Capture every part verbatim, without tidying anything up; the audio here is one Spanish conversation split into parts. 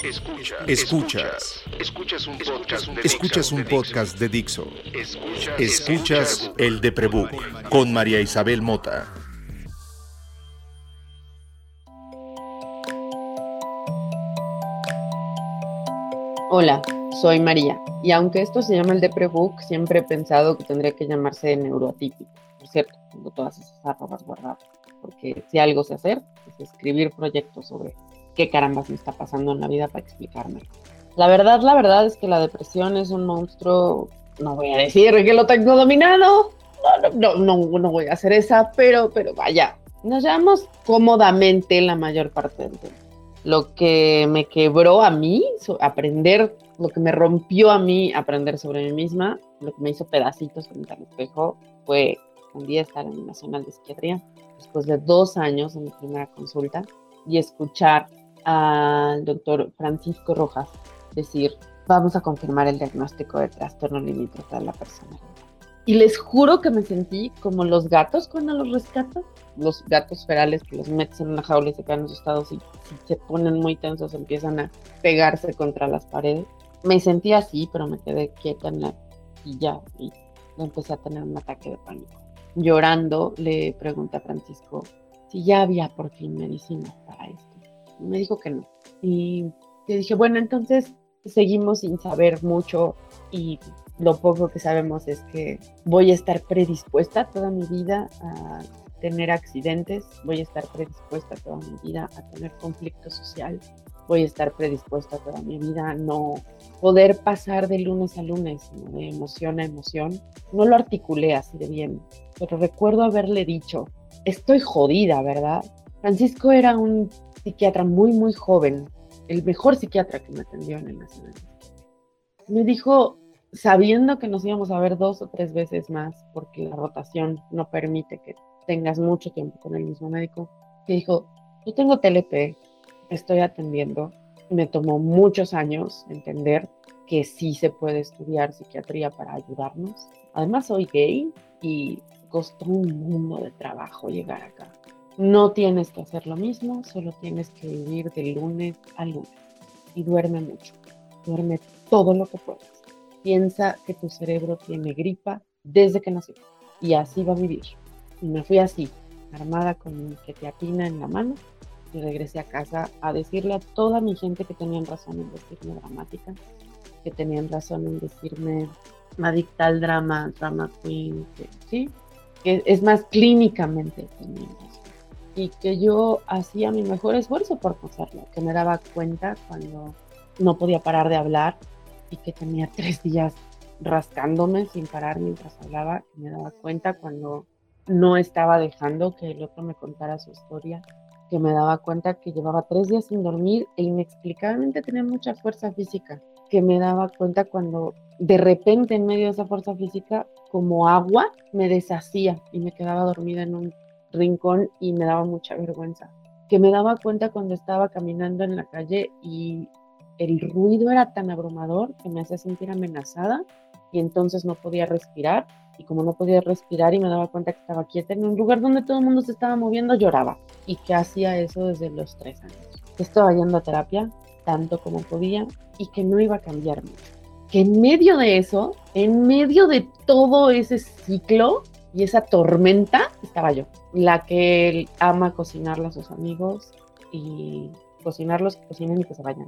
Escuchas. Escuchas. Escuchas un podcast de Escuchas un podcast de Dixo. Escuchas, Escuchas el de Prebook con María Isabel Mota. Hola, soy María, y aunque esto se llama el de Prebook, siempre he pensado que tendría que llamarse neuroatípico. Por cierto, tengo todas esas arrobas guardadas, porque si algo sé hacer, es escribir proyectos sobre qué carambas me está pasando en la vida para explicarme. La verdad, la verdad es que la depresión es un monstruo, no voy a decir que lo tengo dominado, no, no, no, no voy a hacer esa, pero, pero vaya, nos llevamos cómodamente la mayor parte del tiempo. Lo que me quebró a mí, aprender, lo que me rompió a mí aprender sobre mí misma, lo que me hizo pedacitos frente al espejo, fue un día estar en el Nacional de Psiquiatría, después de dos años en mi primera consulta, y escuchar al doctor Francisco Rojas decir, vamos a confirmar el diagnóstico de trastorno limítrofe de la personalidad. Y les juro que me sentí como los gatos cuando los rescatas, los gatos ferales que los metes en una jaula y se quedan asustados y si se ponen muy tensos empiezan a pegarse contra las paredes. Me sentí así, pero me quedé quieta en la silla y empecé a tener un ataque de pánico. Llorando le pregunté a Francisco si ya había por fin medicinas para esto. Y me dijo que no. Y le dije, bueno, entonces seguimos sin saber mucho y lo poco que sabemos es que voy a estar predispuesta toda mi vida a tener accidentes, voy a estar predispuesta toda mi vida a tener conflicto social, voy a estar predispuesta toda mi vida a no poder pasar de lunes a lunes, ¿no? De emoción a emoción. No lo articulé así de bien, pero recuerdo haberle dicho, estoy jodida, ¿verdad? Francisco era un psiquiatra muy, muy joven, el mejor psiquiatra que me atendió en el Nacional. Me dijo, sabiendo que nos íbamos a ver dos o tres veces más, porque la rotación no permite que tengas mucho tiempo con el mismo médico, que dijo, yo tengo T L P, estoy atendiendo, me tomó muchos años entender que sí se puede estudiar psiquiatría para ayudarnos. Además soy gay y costó un mundo de trabajo llegar acá. No tienes que hacer lo mismo, solo tienes que vivir de lunes a lunes y duerme mucho, duerme todo lo que puedas. Piensa que tu cerebro tiene gripa desde que nació y así va a vivir. Y me fui así, armada con mi quetiapina en la mano y regresé a casa a decirle a toda mi gente que tenían razón en decirme dramática, que tenían razón en decirme adicta al drama, drama queen, que, ¿sí? Que es más clínicamente tenían razón. Y que yo hacía mi mejor esfuerzo por no hacerlo, que me daba cuenta cuando no podía parar de hablar y que tenía tres días rascándome sin parar mientras hablaba, que me daba cuenta cuando no estaba dejando que el otro me contara su historia, que me daba cuenta que llevaba tres días sin dormir e inexplicablemente tenía mucha fuerza física, que me daba cuenta cuando de repente en medio de esa fuerza física, como agua, me deshacía y me quedaba dormida en un rincón y me daba mucha vergüenza, que me daba cuenta cuando estaba caminando en la calle y el ruido era tan abrumador que me hacía sentir amenazada y entonces no podía respirar y como no podía respirar y me daba cuenta que estaba quieta en un lugar donde todo el mundo se estaba moviendo, lloraba y que hacía eso desde los tres años. Estaba yendo a terapia tanto como podía y que no iba a cambiar mucho. Que en medio de eso, en medio de todo ese ciclo y esa tormenta, estaba yo, la que ama cocinarle a sus amigos y cocinarlos, que cocinen y que se vayan.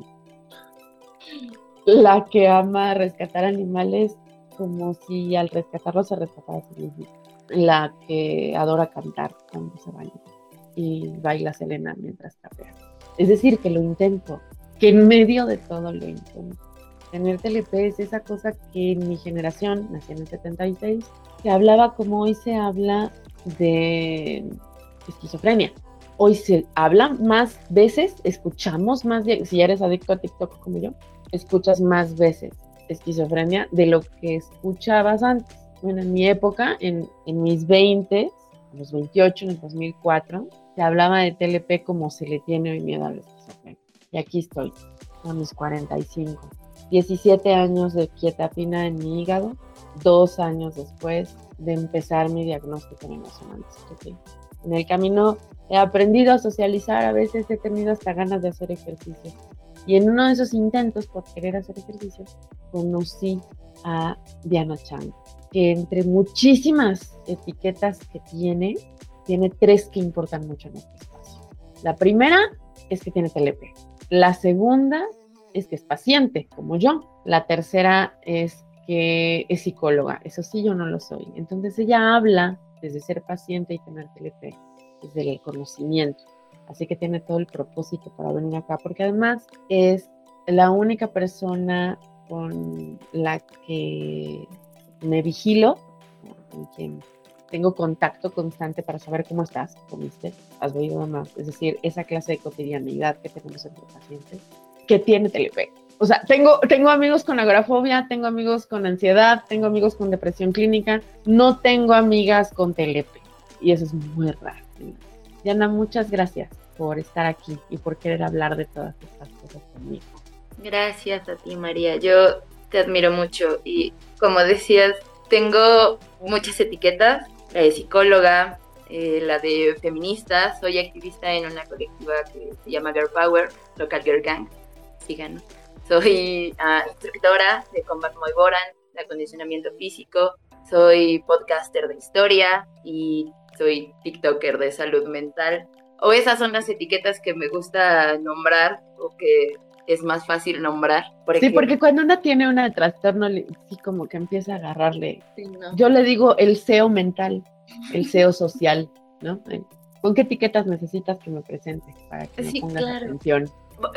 La que ama rescatar animales como si al rescatarlos se rescatara a sí misma. La que adora cantar cuando se baña y baila Selena mientras trapea. Es decir, que lo intento, que en medio de todo lo intento. Tener T L P es esa cosa que en mi generación, nací en el setenta y seis, se hablaba como hoy se habla de esquizofrenia. Hoy se habla más veces, escuchamos más, si eres adicto a TikTok como yo, escuchas más veces esquizofrenia de lo que escuchabas antes. Bueno, en mi época, en, en mis veinte, a los veintiocho, en el dos mil cuatro, se hablaba de T L P como se le tiene hoy miedo a la esquizofrenia. Y aquí estoy, con mis cuarenta y cinco. diecisiete años de quetiapina en mi hígado, dos años después de empezar mi diagnóstico en el Nacional de Psiquiatría. En el camino he aprendido a socializar, a veces he tenido hasta ganas de hacer ejercicio. Y en uno de esos intentos por querer hacer ejercicio, conocí a Diana Chang, que entre muchísimas etiquetas que tiene, tiene tres que importan mucho en este espacio. La primera es que tiene T L P. La segunda es que es paciente, como yo. La tercera es que es psicóloga. Eso sí, yo no lo soy. Entonces ella habla desde ser paciente y tener T L P, desde el conocimiento. Así que tiene todo el propósito para venir acá, porque además es la única persona con la que me vigilo, con quien tengo contacto constante para saber cómo estás, comiste, has bebido más, es decir, esa clase de cotidianidad que tenemos entre pacientes, que tiene T L P. O sea, tengo, tengo amigos con agorafobia, tengo amigos con ansiedad, tengo amigos con depresión clínica, no tengo amigas con T L P, y eso es muy raro. Diana, muchas gracias por estar aquí y por querer hablar de todas estas cosas conmigo. Gracias a ti, María. Yo te admiro mucho y, como decías, tengo muchas etiquetas, la de psicóloga, eh, la de feminista, soy activista en una colectiva que se llama Girl Power, Local Girl Gang, síganos. Soy uh, instructora de Combat Muay Boran, de acondicionamiento físico, soy podcaster de historia y soy tiktoker de salud mental. O esas son las etiquetas que me gusta nombrar o que es más fácil nombrar. Porque... Sí, porque cuando una tiene una trastorno, sí como que empieza a agarrarle. Sí, no. Yo le digo el S E O mental, el S E O social, ¿no? ¿Con qué etiquetas necesitas que me presente para que sí, me pongas claro. atención?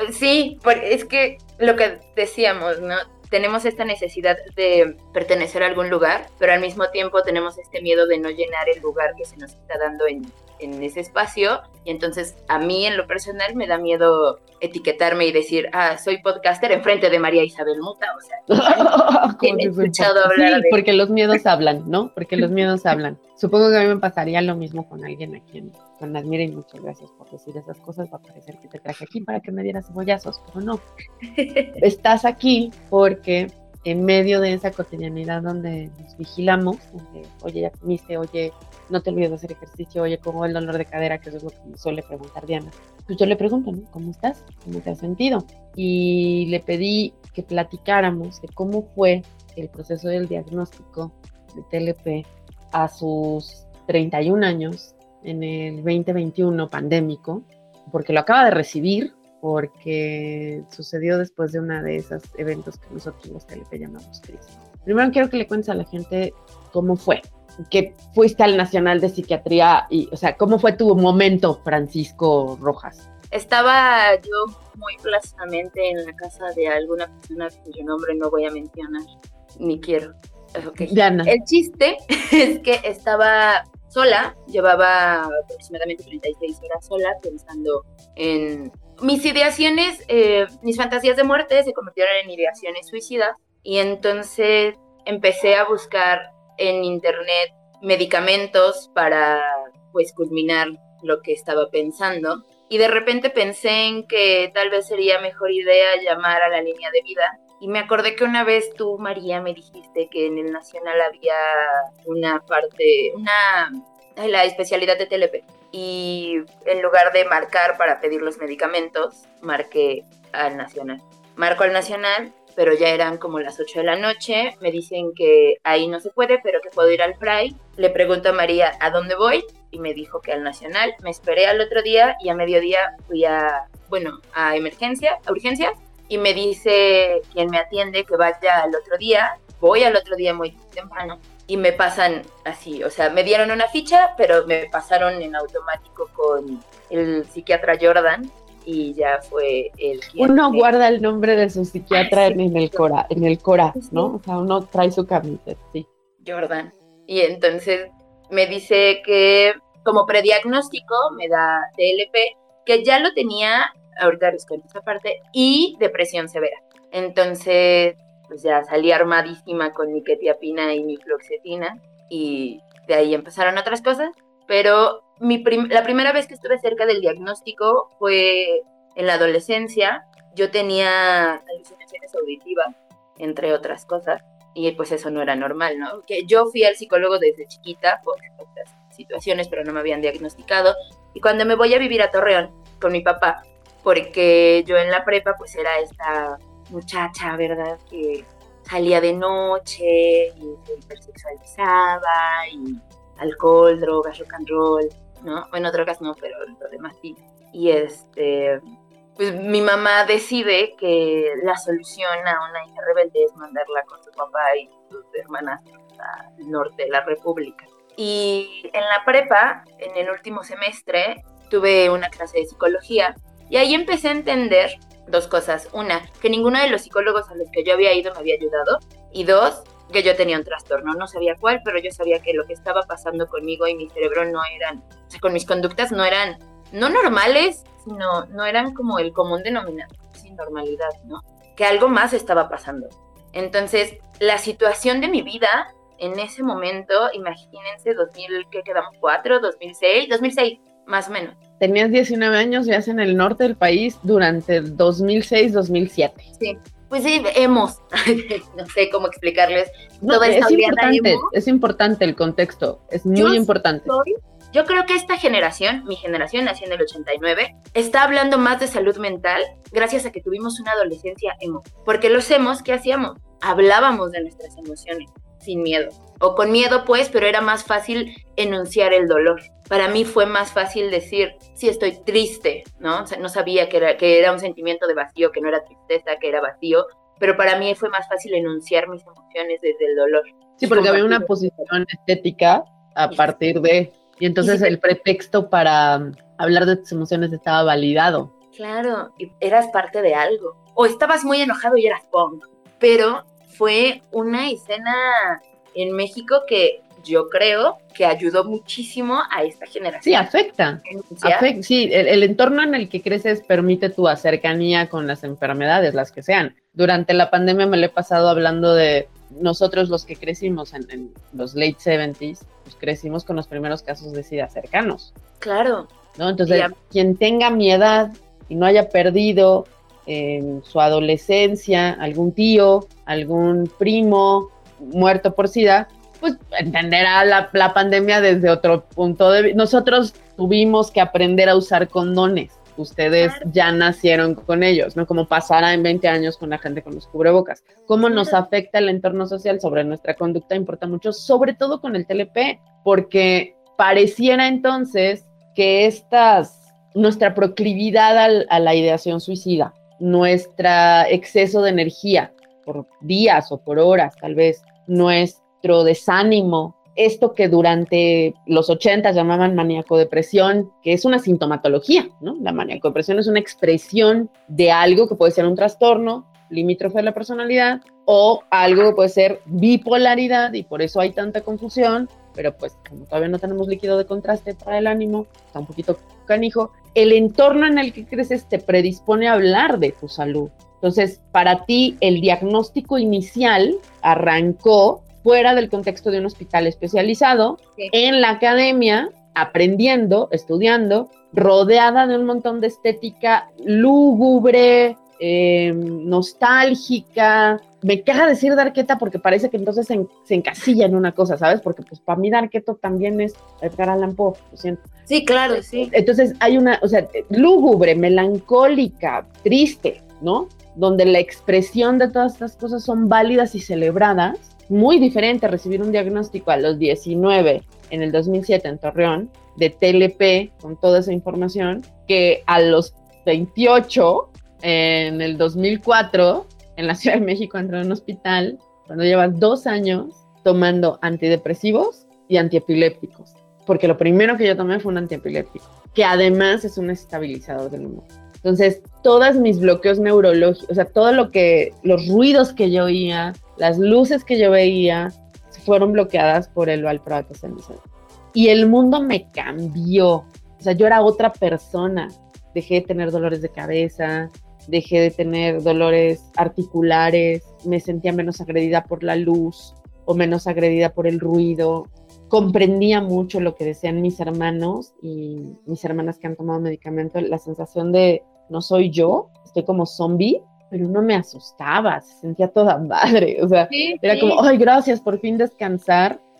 Sí, es que lo que decíamos, ¿no? Tenemos esta necesidad de pertenecer a algún lugar, pero al mismo tiempo tenemos este miedo de no llenar el lugar que se nos está dando en, en ese espacio. Y entonces a mí en lo personal me da miedo etiquetarme y decir, ah, soy podcaster enfrente de María Isabel Muta. O sea, ¿quién he escuchado hablar sí, de...? Porque los miedos hablan, ¿no? Porque los miedos hablan. Supongo que a mí me pasaría lo mismo con alguien a quien con admira y muchas gracias por decir esas cosas. Va a parecer que te traje aquí para que me dieras cebollazos, pero no. Estás aquí porque en medio de esa cotidianidad donde nos vigilamos, donde, oye, ya comiste, oye, no te olvides de hacer ejercicio, oye, ¿cómo el dolor de cadera? Que eso es lo que me suele preguntar Diana. Pues yo le pregunto, ¿no? ¿Cómo estás? ¿Cómo te has sentido? Y le pedí que platicáramos de cómo fue el proceso del diagnóstico de T L P a sus treinta y un años, en el veinte veintiuno pandémico, porque lo acaba de recibir, porque sucedió después de uno de esos eventos que nosotros los T L P llamamos crisis. Primero quiero que le cuentes a la gente cómo fue, que fuiste al Nacional de Psiquiatría, y, o sea, ¿cómo fue tu momento, Francisco Rojas? Estaba yo muy plácidamente en la casa de alguna persona cuyo nombre no voy a mencionar, ni quiero. Okay. Diana. El chiste es que estaba sola, llevaba aproximadamente treinta y seis horas sola pensando en mis ideaciones, eh, mis fantasías de muerte se convirtieron en ideaciones suicidas y entonces empecé a buscar en internet medicamentos para pues culminar lo que estaba pensando y de repente pensé en que tal vez sería mejor idea llamar a la línea de vida. Y me acordé que una vez tú, María, me dijiste que en el Nacional había una parte, una, la especialidad de T L P. Y en lugar de marcar para pedir los medicamentos, marqué al Nacional. Marco al Nacional, pero ya eran como las ocho de la noche. Me dicen que ahí no se puede, pero que puedo ir al Fray. Le pregunto a María, ¿a dónde voy? Y me dijo que al Nacional. Me esperé al otro día y a mediodía fui a, bueno, a emergencia, a urgencias. Y me dice quien me atiende que vaya al otro día. Voy al otro día muy temprano y me pasan así, o sea, me dieron una ficha, pero me pasaron en automático con el psiquiatra Jordan y ya fue el quien... Uno me... guarda el nombre de su psiquiatra Ay, sí, en el Cora, en el Cora, ¿no? O sea, uno trae su camiseta, sí. Jordan. Y entonces me dice que como prediagnóstico me da T L P, que ya lo tenía... ahorita les cuento esa parte, y depresión severa. Entonces, pues ya salí armadísima con mi quetiapina y mi fluoxetina, y de ahí empezaron otras cosas, pero mi prim- la primera vez que estuve cerca del diagnóstico fue en la adolescencia. Yo tenía alucinaciones auditivas, entre otras cosas, y pues eso no era normal, ¿no? Que yo fui al psicólogo desde chiquita por otras situaciones, pero no me habían diagnosticado, y cuando me voy a vivir a Torreón con mi papá, porque yo en la prepa pues era esta muchacha, ¿verdad? Que salía de noche y se hipersexualizaba y alcohol, drogas, rock and roll, ¿no? Bueno, drogas no, pero lo demás sí. Y este, pues mi mamá decide que la solución a una hija rebelde es mandarla con su papá y sus hermanas al norte de la República. Y en la prepa, en el último semestre, tuve una clase de psicología y ahí empecé a entender dos cosas. Una, que ninguno de los psicólogos a los que yo había ido me había ayudado. Y dos, que yo tenía un trastorno. No sabía cuál, pero yo sabía que lo que estaba pasando conmigo y mi cerebro no eran, o sea, con mis conductas no eran, no normales, sino no eran como el común denominador, sin normalidad, ¿no? Que algo más estaba pasando. Entonces, la situación de mi vida en ese momento, imagínense, dos mil, ¿qué quedamos? ¿cuatro? ¿dos mil seis? dos mil seis, más o menos. Tenías diecinueve años, vivías en el norte del país durante el dos mil seis dos mil siete. Sí, pues sí, hemos, no sé cómo explicarles. No, toda esta es importante, emo. es importante el contexto, es muy yo importante. Soy, yo creo que esta generación, mi generación, nació en el ochenta y nueve, está hablando más de salud mental gracias a que tuvimos una adolescencia emo. Porque los emos, ¿qué hacíamos? Hablábamos de nuestras emociones sin miedo. O con miedo, pues, pero era más fácil enunciar el dolor. Para mí fue más fácil decir, sí, estoy triste, ¿no? O sea, no sabía que era, que era un sentimiento de vacío, que no era tristeza, que era vacío, pero para mí fue más fácil enunciar mis emociones desde el dolor. Sí, porque había una posición estética a partir de... Y entonces el pretexto para hablar de tus emociones estaba validado. Claro, y eras parte de algo. O estabas muy enojado y eras punk. Pero fue una escena en México que yo creo que ayudó muchísimo a esta generación. Sí, afecta. Afect, sí, el, el entorno en el que creces permite tu cercanía con las enfermedades, las que sean. Durante la pandemia me lo he pasado hablando de nosotros los que crecimos en, en los late seventies, pues crecimos con los primeros casos de SIDA cercanos. Claro. ¿No? Entonces, a... quien tenga mi edad y no haya perdido en su adolescencia algún tío, algún primo muerto por SIDA, pues entenderá la, la pandemia desde otro punto de vista. Nosotros tuvimos que aprender a usar condones. Ustedes claro. ya nacieron con ellos, ¿no? Como pasará en veinte años con la gente con los cubrebocas. ¿Cómo claro. nos afecta el entorno social sobre nuestra conducta? Importa mucho, sobre todo con el T L P, porque pareciera entonces que estas, nuestra proclividad al, a la ideación suicida, nuestro exceso de energía por días o por horas, tal vez, nuestro desánimo, esto que durante los ochenta llamaban maníaco-depresión, que es una sintomatología, ¿no? La maníaco-depresión es una expresión de algo que puede ser un trastorno limítrofe de la personalidad o algo que puede ser bipolaridad y por eso hay tanta confusión, pero pues como todavía no tenemos líquido de contraste para el ánimo, está un poquito canijo, el entorno en el que creces te predispone a hablar de tu salud. Entonces, para ti, el diagnóstico inicial arrancó fuera del contexto de un hospital especializado, sí. en la academia, aprendiendo, estudiando, rodeada de un montón de estética lúgubre, eh, nostálgica. Me caga decir Darqueta porque parece que entonces se, en, se encasilla en una cosa, ¿sabes? Porque pues para mí Darqueto también es Edgar Allan Poe, lo siento. Sí, claro, sí. Entonces hay una, o sea, lúgubre, melancólica, triste, ¿no? Donde la expresión de todas estas cosas son válidas y celebradas. Muy diferente recibir un diagnóstico a los diecinueve en el dos mil siete en Torreón de T L P con toda esa información que a los veintiocho en el dos mil cuatro en la Ciudad de México entró en un hospital cuando llevas dos años tomando antidepresivos y antiepilépticos, porque lo primero que yo tomé fue un antiepiléptico que además es un estabilizador del humor. Entonces, todos mis bloqueos neurológicos, o sea, todo lo que, los ruidos que yo oía, las luces que yo veía, fueron bloqueadas por el valproato en mi cerebro. Y el mundo me cambió. O sea, yo era otra persona. Dejé de tener dolores de cabeza, dejé de tener dolores articulares, me sentía menos agredida por la luz o menos agredida por el ruido. Comprendía mucho lo que decían mis hermanos y mis hermanas que han tomado medicamento, la sensación de no soy yo, estoy como zombie, pero no me asustaba, se sentía toda madre, o sea, sí, era sí. como, ay, gracias, por fin descansar,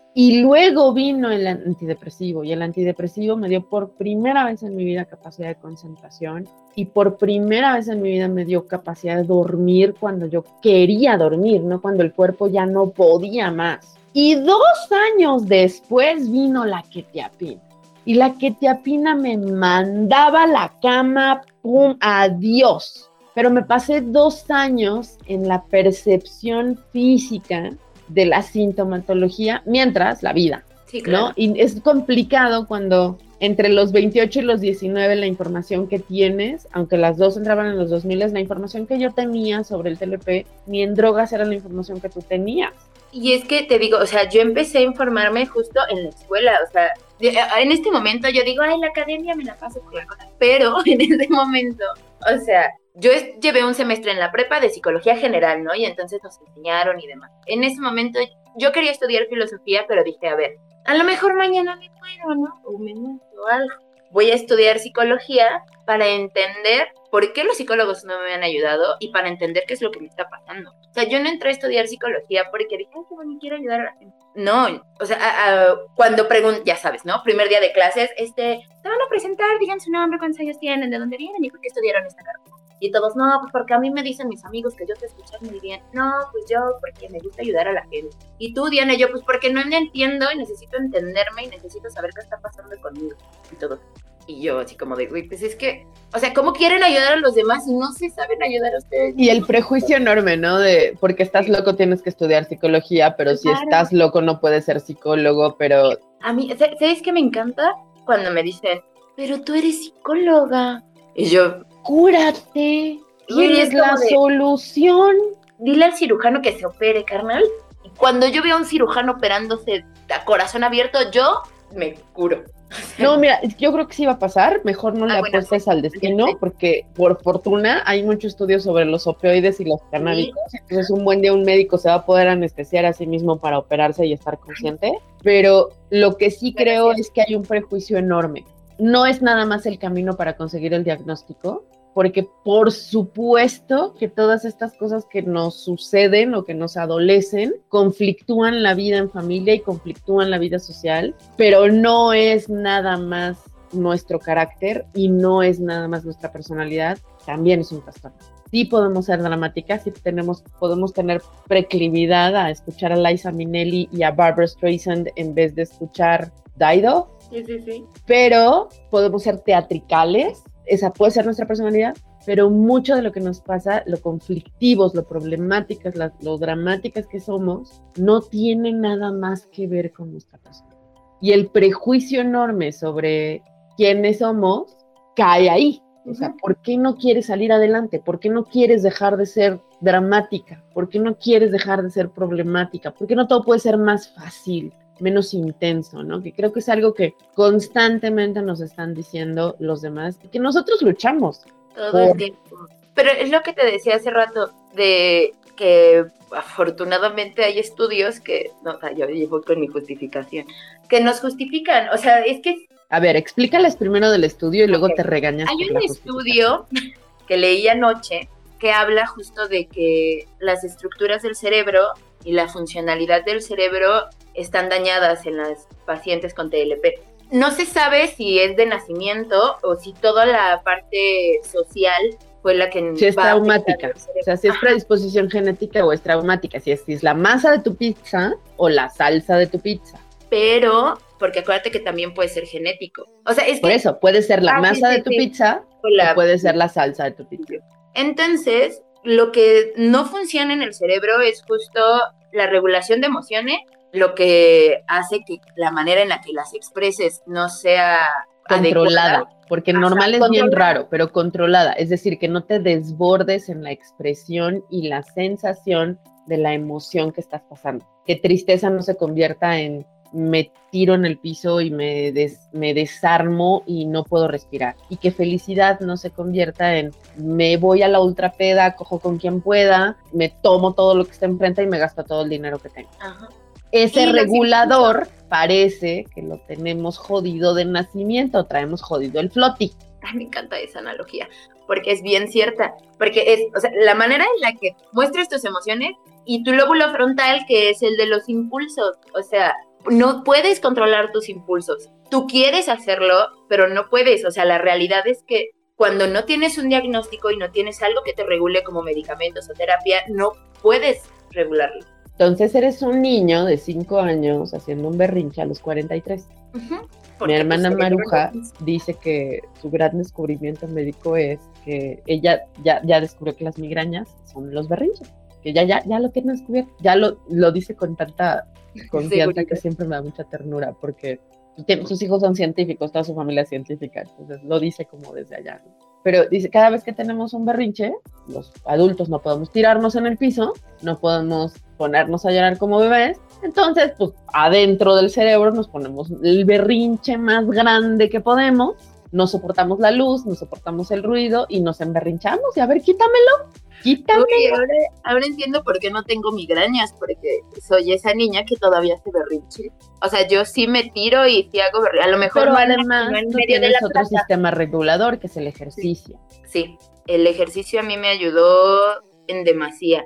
Y luego vino el antidepresivo, y el antidepresivo me dio por primera vez en mi vida capacidad de concentración, y por primera vez en mi vida me dio capacidad de dormir cuando yo quería dormir, no cuando el cuerpo ya no podía más. Y dos años después vino la quetiapina. Y la quetiapina me mandaba a la cama, pum, adiós. Pero me pasé dos años en la percepción física de la sintomatología, mientras la vida, sí, claro. ¿no? Y es complicado cuando entre los veintiocho y los diecinueve la información que tienes, aunque las dos entraban en los dos mil, la información que yo tenía sobre el T L P, ni en drogas era la información que tú tenías. Y es que te digo, o sea, yo empecé a informarme justo en la escuela, o sea, en este momento yo digo, ay, la academia me la paso por la cosa, pero en ese momento, o sea, yo es, llevé un semestre en la prepa de psicología general, ¿no? Y entonces nos enseñaron y demás. En ese momento yo quería estudiar filosofía, pero dije, a ver, a lo mejor mañana me muero, ¿no? O me muero o algo. Voy a estudiar psicología para entender por qué los psicólogos no me han ayudado y para entender qué es lo que me está pasando. O sea, yo no entré a estudiar psicología porque dije, ay, qué bueno, quiero ayudar a la gente. No, o sea, a, a, cuando pregunto, ya sabes, ¿no? Primer día de clases, este, te van a presentar, digan su nombre, cuántos años tienen, de dónde vienen y por qué estudiaron esta carrera. Y todos, no, pues porque a mí me dicen mis amigos que yo te escuché muy bien. No, pues yo porque me gusta ayudar a la gente. Y tú, Diana, yo, pues porque no me entiendo y necesito entenderme y necesito saber qué está pasando conmigo y todo. Y yo así como de, güey, pues es que, o sea, ¿cómo quieren ayudar a los demás si no se saben ayudar a ustedes? Y el prejuicio enorme, ¿no? De, porque estás loco tienes que estudiar psicología, pero claro. Si estás loco no puedes ser psicólogo, pero... A mí, ¿sabes qué me encanta? Cuando me dicen, pero tú eres psicóloga. Y yo... Cúrate, tienes la de, solución. Dile al cirujano que se opere, carnal. Y cuando yo veo a un cirujano operándose a corazón abierto, yo me curo. No, mira, yo creo que sí va a pasar, mejor no ah, le bueno, apuestes sí, al destino, sí, sí. Porque por fortuna hay muchos estudios sobre los opioides y los canábicos, sí. Entonces un buen día un médico se va a poder anestesiar a sí mismo para operarse y estar consciente, pero lo que sí creo Gracias. Es que hay un prejuicio enorme. No es nada más el camino para conseguir el diagnóstico, porque por supuesto que todas estas cosas que nos suceden o que nos adolecen conflictúan la vida en familia y conflictúan la vida social, pero no es nada más nuestro carácter y no es nada más nuestra personalidad, también es un trastorno. Sí podemos ser dramáticas, sí tenemos, podemos tener preclividad a escuchar a Liza Minnelli y a Barbra Streisand en vez de escuchar Dido, sí, sí, sí. Pero podemos ser teatricales, esa puede ser nuestra personalidad, pero mucho de lo que nos pasa, lo conflictivos, lo problemáticas, la, lo dramáticas que somos, no tiene nada más que ver con nuestra personalidad. Y el prejuicio enorme sobre quiénes somos cae ahí. O sea, ¿por qué no quieres salir adelante? ¿Por qué no quieres dejar de ser dramática? ¿Por qué no quieres dejar de ser problemática? ¿Por qué no todo puede ser más fácil, menos intenso, ¿no? Que creo que es algo que constantemente nos están diciendo los demás y que nosotros luchamos. Todo por... el tiempo. Pero es lo que te decía hace rato, de que afortunadamente hay estudios que, no, o sea, yo llevo con mi justificación, que nos justifican, o sea, es que... A ver, explícales primero del estudio y luego okay. te regañas. Hay un estudio que leí anoche que habla justo de que las estructuras del cerebro y la funcionalidad del cerebro están dañadas en las pacientes con T L P. No se sabe si es de nacimiento o si toda la parte social fue la que... Si es traumática, o sea, si es predisposición Ajá. genética o es traumática, si es, si es la masa de tu pizza o la salsa de tu pizza. Pero, porque acuérdate que también puede ser genético. O sea, es que... Por eso, puede ser la ah, masa sí, de tu sí, pizza o, la... o puede ser la salsa de tu pizza. Entonces, lo que no funciona en el cerebro es justo la regulación de emociones, lo que hace que la manera en la que las expreses no sea controlada, adecuada. Porque Ajá, normal es bien raro, pero controlada, es decir, que no te desbordes en la expresión y la sensación de la emoción que estás pasando, que tristeza no se convierta en me tiro en el piso y me, des, me desarmo y no puedo respirar, y que felicidad no se convierta en me voy a la ultrapeda, cojo con quien pueda, me tomo todo lo que está enfrente y me gasto todo el dinero que tengo. Ajá. Ese regulador parece que lo tenemos jodido de nacimiento, traemos jodido el floti. Ay, me encanta esa analogía, porque es bien cierta, porque es, o sea, la manera en la que muestras tus emociones y tu lóbulo frontal, que es el de los impulsos, o sea, No puedes controlar tus impulsos. Tú quieres hacerlo, pero no puedes. O sea, la realidad es que cuando no tienes un diagnóstico y no tienes algo que te regule como medicamentos o terapia, no puedes regularlo. Entonces eres un niño de cinco años haciendo un berrinche a los cuarenta y tres. Uh-huh. Mi hermana Maruja dice que su gran descubrimiento médico es que ella ya, ya descubrió que las migrañas son los berrinches, que ya, ya, ya lo tiene descubierto, ya lo, lo dice con tanta confianza que siempre me da mucha ternura, porque sus hijos son científicos, toda su familia es científica, entonces lo dice como desde allá, ¿no? Pero dice, cada vez que tenemos un berrinche, los adultos no podemos tirarnos en el piso, no podemos ponernos a llorar como bebés, entonces, pues, adentro del cerebro nos ponemos el berrinche más grande que podemos, no soportamos la luz, no soportamos el ruido y nos emberrinchamos, y a ver, quítamelo, quítamelo. Uy, ahora, ahora entiendo por qué no tengo migrañas, porque soy esa niña que todavía hace berrinche. O sea, yo sí me tiro y sí hago berrinche, a lo mejor pero no además en tú medio tienes de la otro plaza. sistema regulador, que es el ejercicio. Sí, el ejercicio a mí me ayudó en demasía.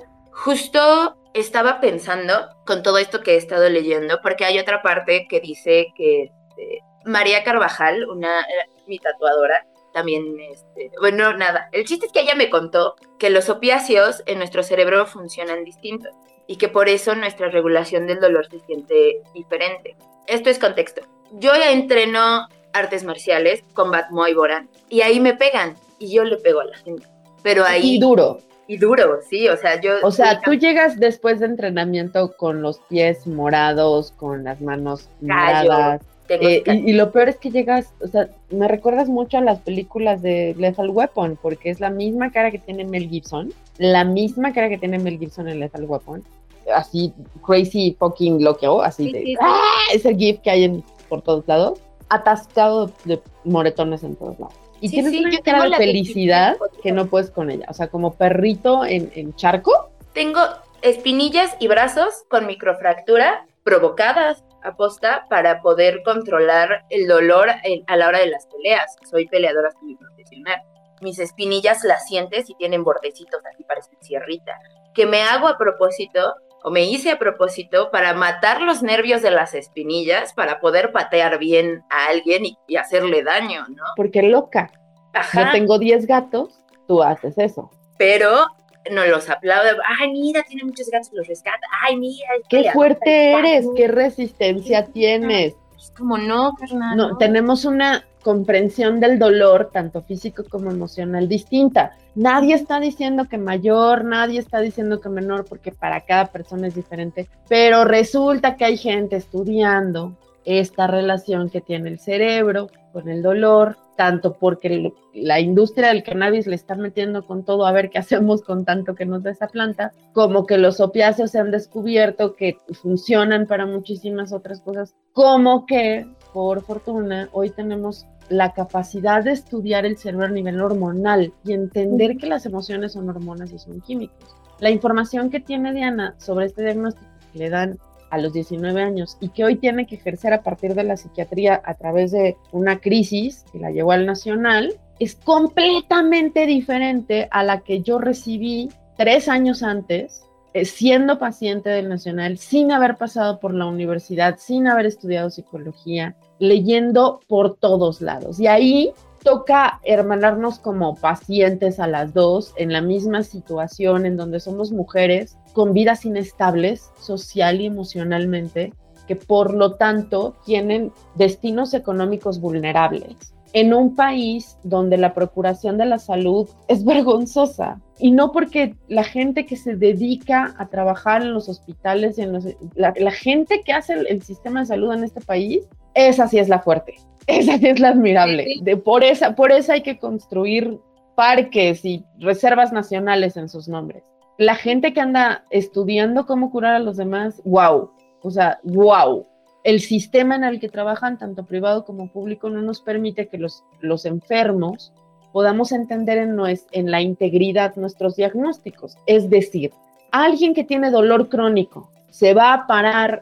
Justo estaba pensando con todo esto que he estado leyendo, porque hay otra parte que dice que este, María Carvajal, una eh, mi tatuadora, también, este, bueno, nada, el chiste es que ella me contó que los opiáceos en nuestro cerebro funcionan distinto y que por eso nuestra regulación del dolor se siente diferente. Esto es contexto. Yo entreno artes marciales, Combat Muay Boran, y ahí me pegan y yo le pego a la gente. Pero ahí... Y duro. Y duro, sí, o sea, yo... O sea, tú llegas después de entrenamiento con los pies morados, con las manos moradas. Eh, y, y lo peor es que llegas, o sea, me recuerdas mucho a las películas de Lethal Weapon, porque es la misma cara que tiene Mel Gibson, la misma cara que tiene Mel Gibson en Lethal Weapon, así crazy fucking loco, así sí, de, sí, ¡ah! Sí. Ese gif que hay en, por todos lados, atascado de moretones en todos lados. Y sí, tienes sí, una cara de felicidad que no puedes con ella, o sea, como perrito en, en charco. Tengo espinillas y brazos con microfractura provocadas aposta para poder controlar el dolor en, a la hora de las peleas. Soy peleadora semiprofesional. Mis espinillas las sientes y tienen bordecitos, así parecen sierrita, que me hago a propósito, o me hice a propósito, para matar los nervios de las espinillas, para poder patear bien a alguien y, y hacerle daño, ¿no? Porque loca. Ajá. Yo tengo diez gatos, tú haces eso. Pero no los aplaude. Ay, mira, tiene muchos gatos, los rescata. Ay, mira. Qué fuerte eres, qué resistencia tienes. Es como no, Fernando. No, tenemos una comprensión del dolor, tanto físico como emocional, distinta. Nadie está diciendo que mayor, nadie está diciendo que menor, porque para cada persona es diferente, pero resulta que hay gente estudiando esta relación que tiene el cerebro con el dolor, tanto porque la industria del cannabis le está metiendo con todo a ver qué hacemos con tanto que nos da esa planta, como que los opiáceos se han descubierto que funcionan para muchísimas otras cosas, como que, por fortuna, hoy tenemos la capacidad de estudiar el cerebro a nivel hormonal y entender que las emociones son hormonas y son químicos. La información que tiene Diana sobre este diagnóstico que le dan a los diecinueve años y que hoy tiene que ejercer a partir de la psiquiatría a través de una crisis que la llevó al Nacional, es completamente diferente a la que yo recibí tres años antes, eh, siendo paciente del Nacional, sin haber pasado por la universidad, sin haber estudiado psicología, leyendo por todos lados. Y ahí toca hermanarnos como pacientes a las dos en la misma situación en donde somos mujeres con vidas inestables social y emocionalmente, que por lo tanto tienen destinos económicos vulnerables en un país donde la procuración de la salud es vergonzosa. Y no porque la gente que se dedica a trabajar en los hospitales y en los, la, la gente que hace el, el sistema de salud en este país, esa sí es la fuerte. Esa sí es la admirable. De, por, esa, por esa hay que construir parques y reservas nacionales en sus nombres. La gente que anda estudiando cómo curar a los demás, wow. O sea, wow. El sistema en el que trabajan, tanto privado como público, no nos permite que los, los enfermos podamos entender en, nues, en la integridad nuestros diagnósticos. Es decir, alguien que tiene dolor crónico se va a parar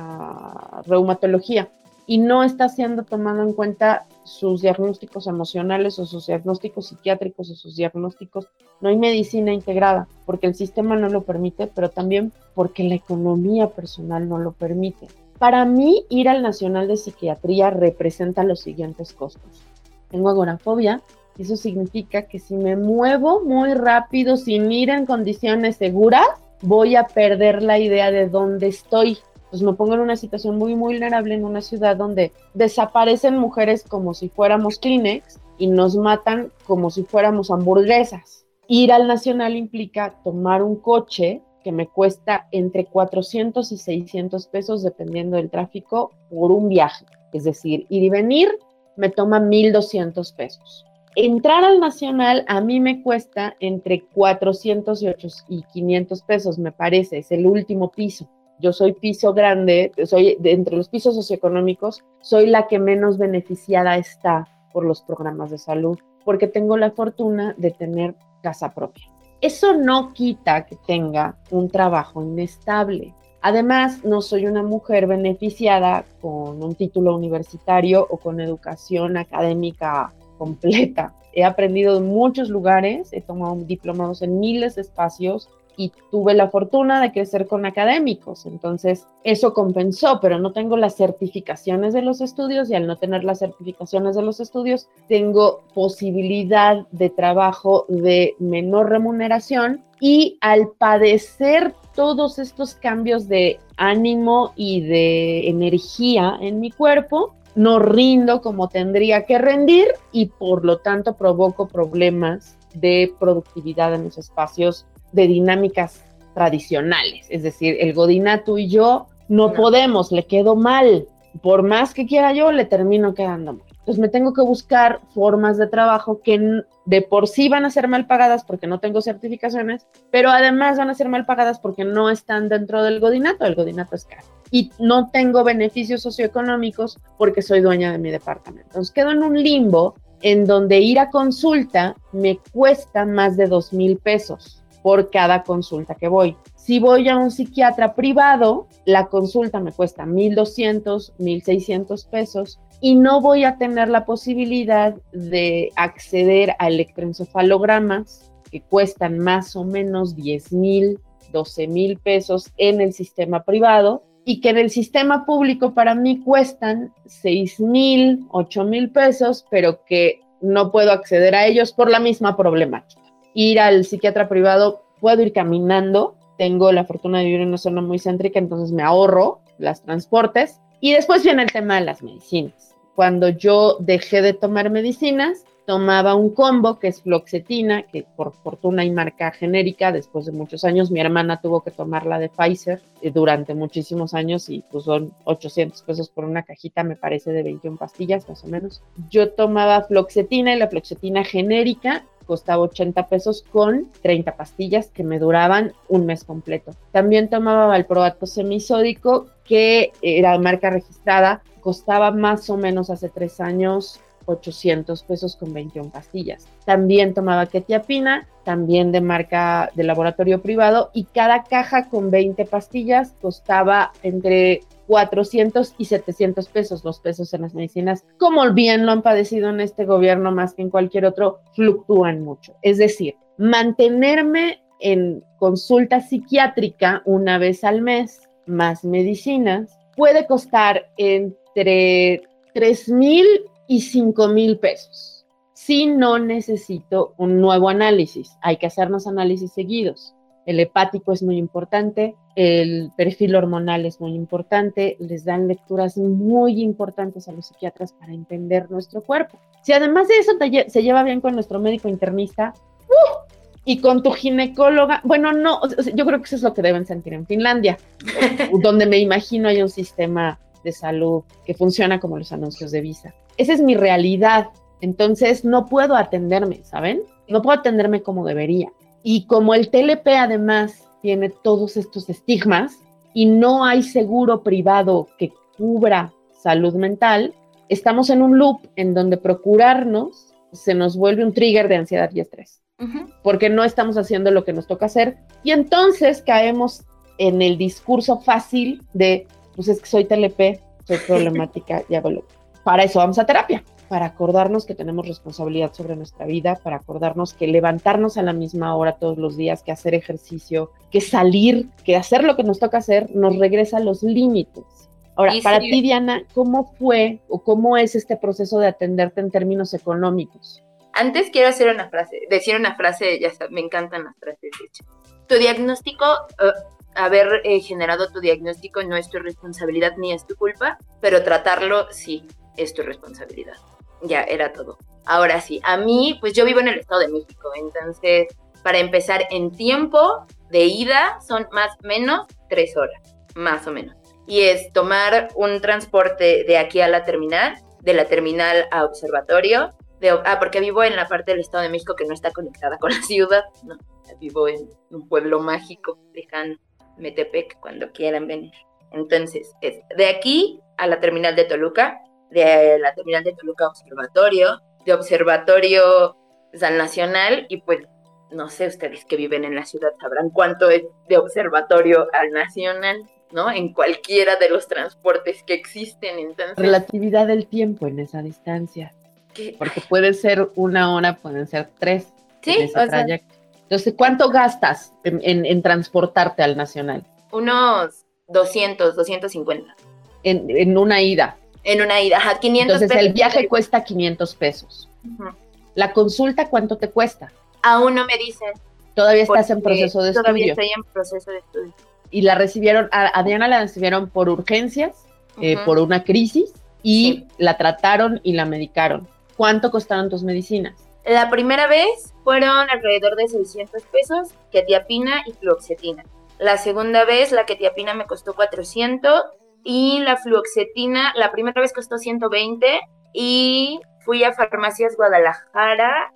a reumatología y no está siendo tomado en cuenta sus diagnósticos emocionales o sus diagnósticos psiquiátricos o sus diagnósticos. No hay medicina integrada porque el sistema no lo permite, pero también porque la economía personal no lo permite. para mí ir al Nacional de Psiquiatría representa los siguientes costos. Tengo agorafobia, eso significa que si me muevo muy rápido sin ir en condiciones seguras, voy a perder la idea de dónde estoy. Pues me pongo en una situación muy vulnerable en una ciudad donde desaparecen mujeres como si fuéramos Kleenex y nos matan como si fuéramos hamburguesas. Ir al Nacional implica tomar un coche que me cuesta entre cuatrocientos y seiscientos pesos dependiendo del tráfico por un viaje. Es decir, ir y venir me toma mil doscientos pesos. Entrar al Nacional a mí me cuesta entre cuatrocientos y quinientos pesos, me parece, es el último piso. Yo soy piso grande, soy de entre los pisos socioeconómicos, soy la que menos beneficiada está por los programas de salud, porque tengo la fortuna de tener casa propia. Eso no quita que tenga un trabajo inestable. Además, no soy una mujer beneficiada con un título universitario o con educación académica completa. He aprendido en muchos lugares, he tomado diplomados en miles de espacios y tuve la fortuna de crecer con académicos, entonces eso compensó, pero no tengo las certificaciones de los estudios y al no tener las certificaciones de los estudios tengo posibilidad de trabajo de menor remuneración y al padecer todos estos cambios de ánimo y de energía en mi cuerpo, no rindo como tendría que rendir y por lo tanto provoco problemas de productividad en los espacios de dinámicas tradicionales, es decir, el godinato y yo no, no podemos, le quedo mal, por más que quiera yo, le termino quedando mal. Entonces me tengo que buscar formas de trabajo que de por sí van a ser mal pagadas porque no tengo certificaciones, pero además van a ser mal pagadas porque no están dentro del godinato, el godinato es caro. Y no tengo beneficios socioeconómicos porque soy dueña de mi departamento. Entonces quedo en un limbo en donde ir a consulta me cuesta más de dos mil pesos por cada consulta que voy. Si voy a un psiquiatra privado, la consulta me cuesta mil doscientos, mil seiscientos pesos y no voy a tener la posibilidad de acceder a electroencefalogramas que cuestan más o menos diez mil, doce mil pesos en el sistema privado y que en el sistema público para mí cuestan seis mil, ocho mil pesos, pero que no puedo acceder a ellos por la misma problemática. Ir al psiquiatra privado, puedo ir caminando, tengo la fortuna de vivir en una zona muy céntrica, entonces me ahorro los transportes. Y después viene el tema de las medicinas. Cuando yo dejé de tomar medicinas, tomaba un combo que es fluoxetina, que por fortuna hay marca genérica, después de muchos años, mi hermana tuvo que tomar la de Pfizer eh, durante muchísimos años y pues son ochocientos pesos por una cajita, me parece, de veintiuna pastillas más o menos. Yo tomaba fluoxetina y la fluoxetina genérica costaba ochenta pesos con treinta pastillas que me duraban un mes completo. También tomaba valproato semisódico, que era marca registrada, costaba más o menos hace tres años ochocientos pesos con veintiuna pastillas. También tomaba quetiapina, también de marca de laboratorio privado, y cada caja con veinte pastillas costaba entre cuatrocientos y setecientos pesos. Los pesos en las medicinas, como bien lo han padecido en este gobierno más que en cualquier otro, fluctúan mucho. Es decir, mantenerme en consulta psiquiátrica una vez al mes, más medicinas, puede costar entre tres mil y cinco mil pesos. Si no necesito un nuevo análisis, hay que hacernos análisis seguidos. El hepático es muy importante, el perfil hormonal es muy importante, les dan lecturas muy importantes a los psiquiatras para entender nuestro cuerpo. Si además de eso te lle- se lleva bien con nuestro médico internista, ¡uh! Y con tu ginecóloga, bueno, no, o sea, yo creo que eso es lo que deben sentir en Finlandia, donde me imagino hay un sistema de salud que funciona como los anuncios de Visa. Esa es mi realidad, entonces no puedo atenderme, ¿saben? No puedo atenderme como debería. Y como el T L P además tiene todos estos estigmas y no hay seguro privado que cubra salud mental, estamos en un loop en donde procurarnos se nos vuelve un trigger de ansiedad y estrés, uh-huh. porque no estamos haciendo lo que nos toca hacer y entonces caemos en el discurso fácil de, pues es que soy T L P, soy problemática, ya lo. Para eso vamos a terapia, para acordarnos que tenemos responsabilidad sobre nuestra vida, para acordarnos que levantarnos a la misma hora todos los días, que hacer ejercicio, que salir, que hacer lo que nos toca hacer, nos regresa a los límites. Ahora, Y para sí, ti, Diana, ¿cómo fue o cómo es este proceso de atenderte en términos económicos? antes quiero hacer una frase, decir una frase, ya sabes, me encantan las frases, de hecho. Tu diagnóstico, uh, haber eh, generado tu diagnóstico no es tu responsabilidad ni es tu culpa, pero tratarlo sí es tu responsabilidad. Ya, era todo. Ahora sí, a mí, pues yo vivo en el Estado de México, entonces, para empezar, en tiempo de ida son más o menos tres horas, más o menos. Y es tomar un transporte de aquí a la terminal, de la terminal a observatorio, de, ah, porque vivo en la parte del Estado de México que no está conectada con la ciudad, no, vivo en un pueblo mágico, lejano, Metepec, cuando quieran venir. Entonces, es de aquí a la terminal de Toluca, de la terminal de Toluca a observatorio, de observatorio al Nacional, y pues, no sé, ustedes que viven en la ciudad sabrán cuánto es de observatorio al Nacional, ¿no? En cualquiera de los transportes que existen, entonces... Relatividad del tiempo en esa distancia. ¿Qué? Porque puede ser una hora, pueden ser tres Sí, en ese o sea, trayecto. Entonces, ¿cuánto gastas en, en, en transportarte al Nacional? unos doscientos, doscientos cincuenta. En, en una ida. En una ida, ajá, quinientos Entonces, pesos. el viaje cuesta quinientos pesos. Uh-huh. ¿La consulta cuánto te cuesta? Aún no me dicen. Todavía estás en proceso de todavía estudio. estoy en proceso de estudio. Y la recibieron, a, a Diana la recibieron por urgencias, uh-huh. eh, por una crisis, y sí. la trataron y la medicaron. ¿Cuánto costaron tus medicinas? La primera vez fueron alrededor de seiscientos pesos, quetiapina y fluoxetina. La segunda vez, la quetiapina me costó cuatrocientos y la fluoxetina, la primera vez costó ciento veinte y fui a Farmacias Guadalajara,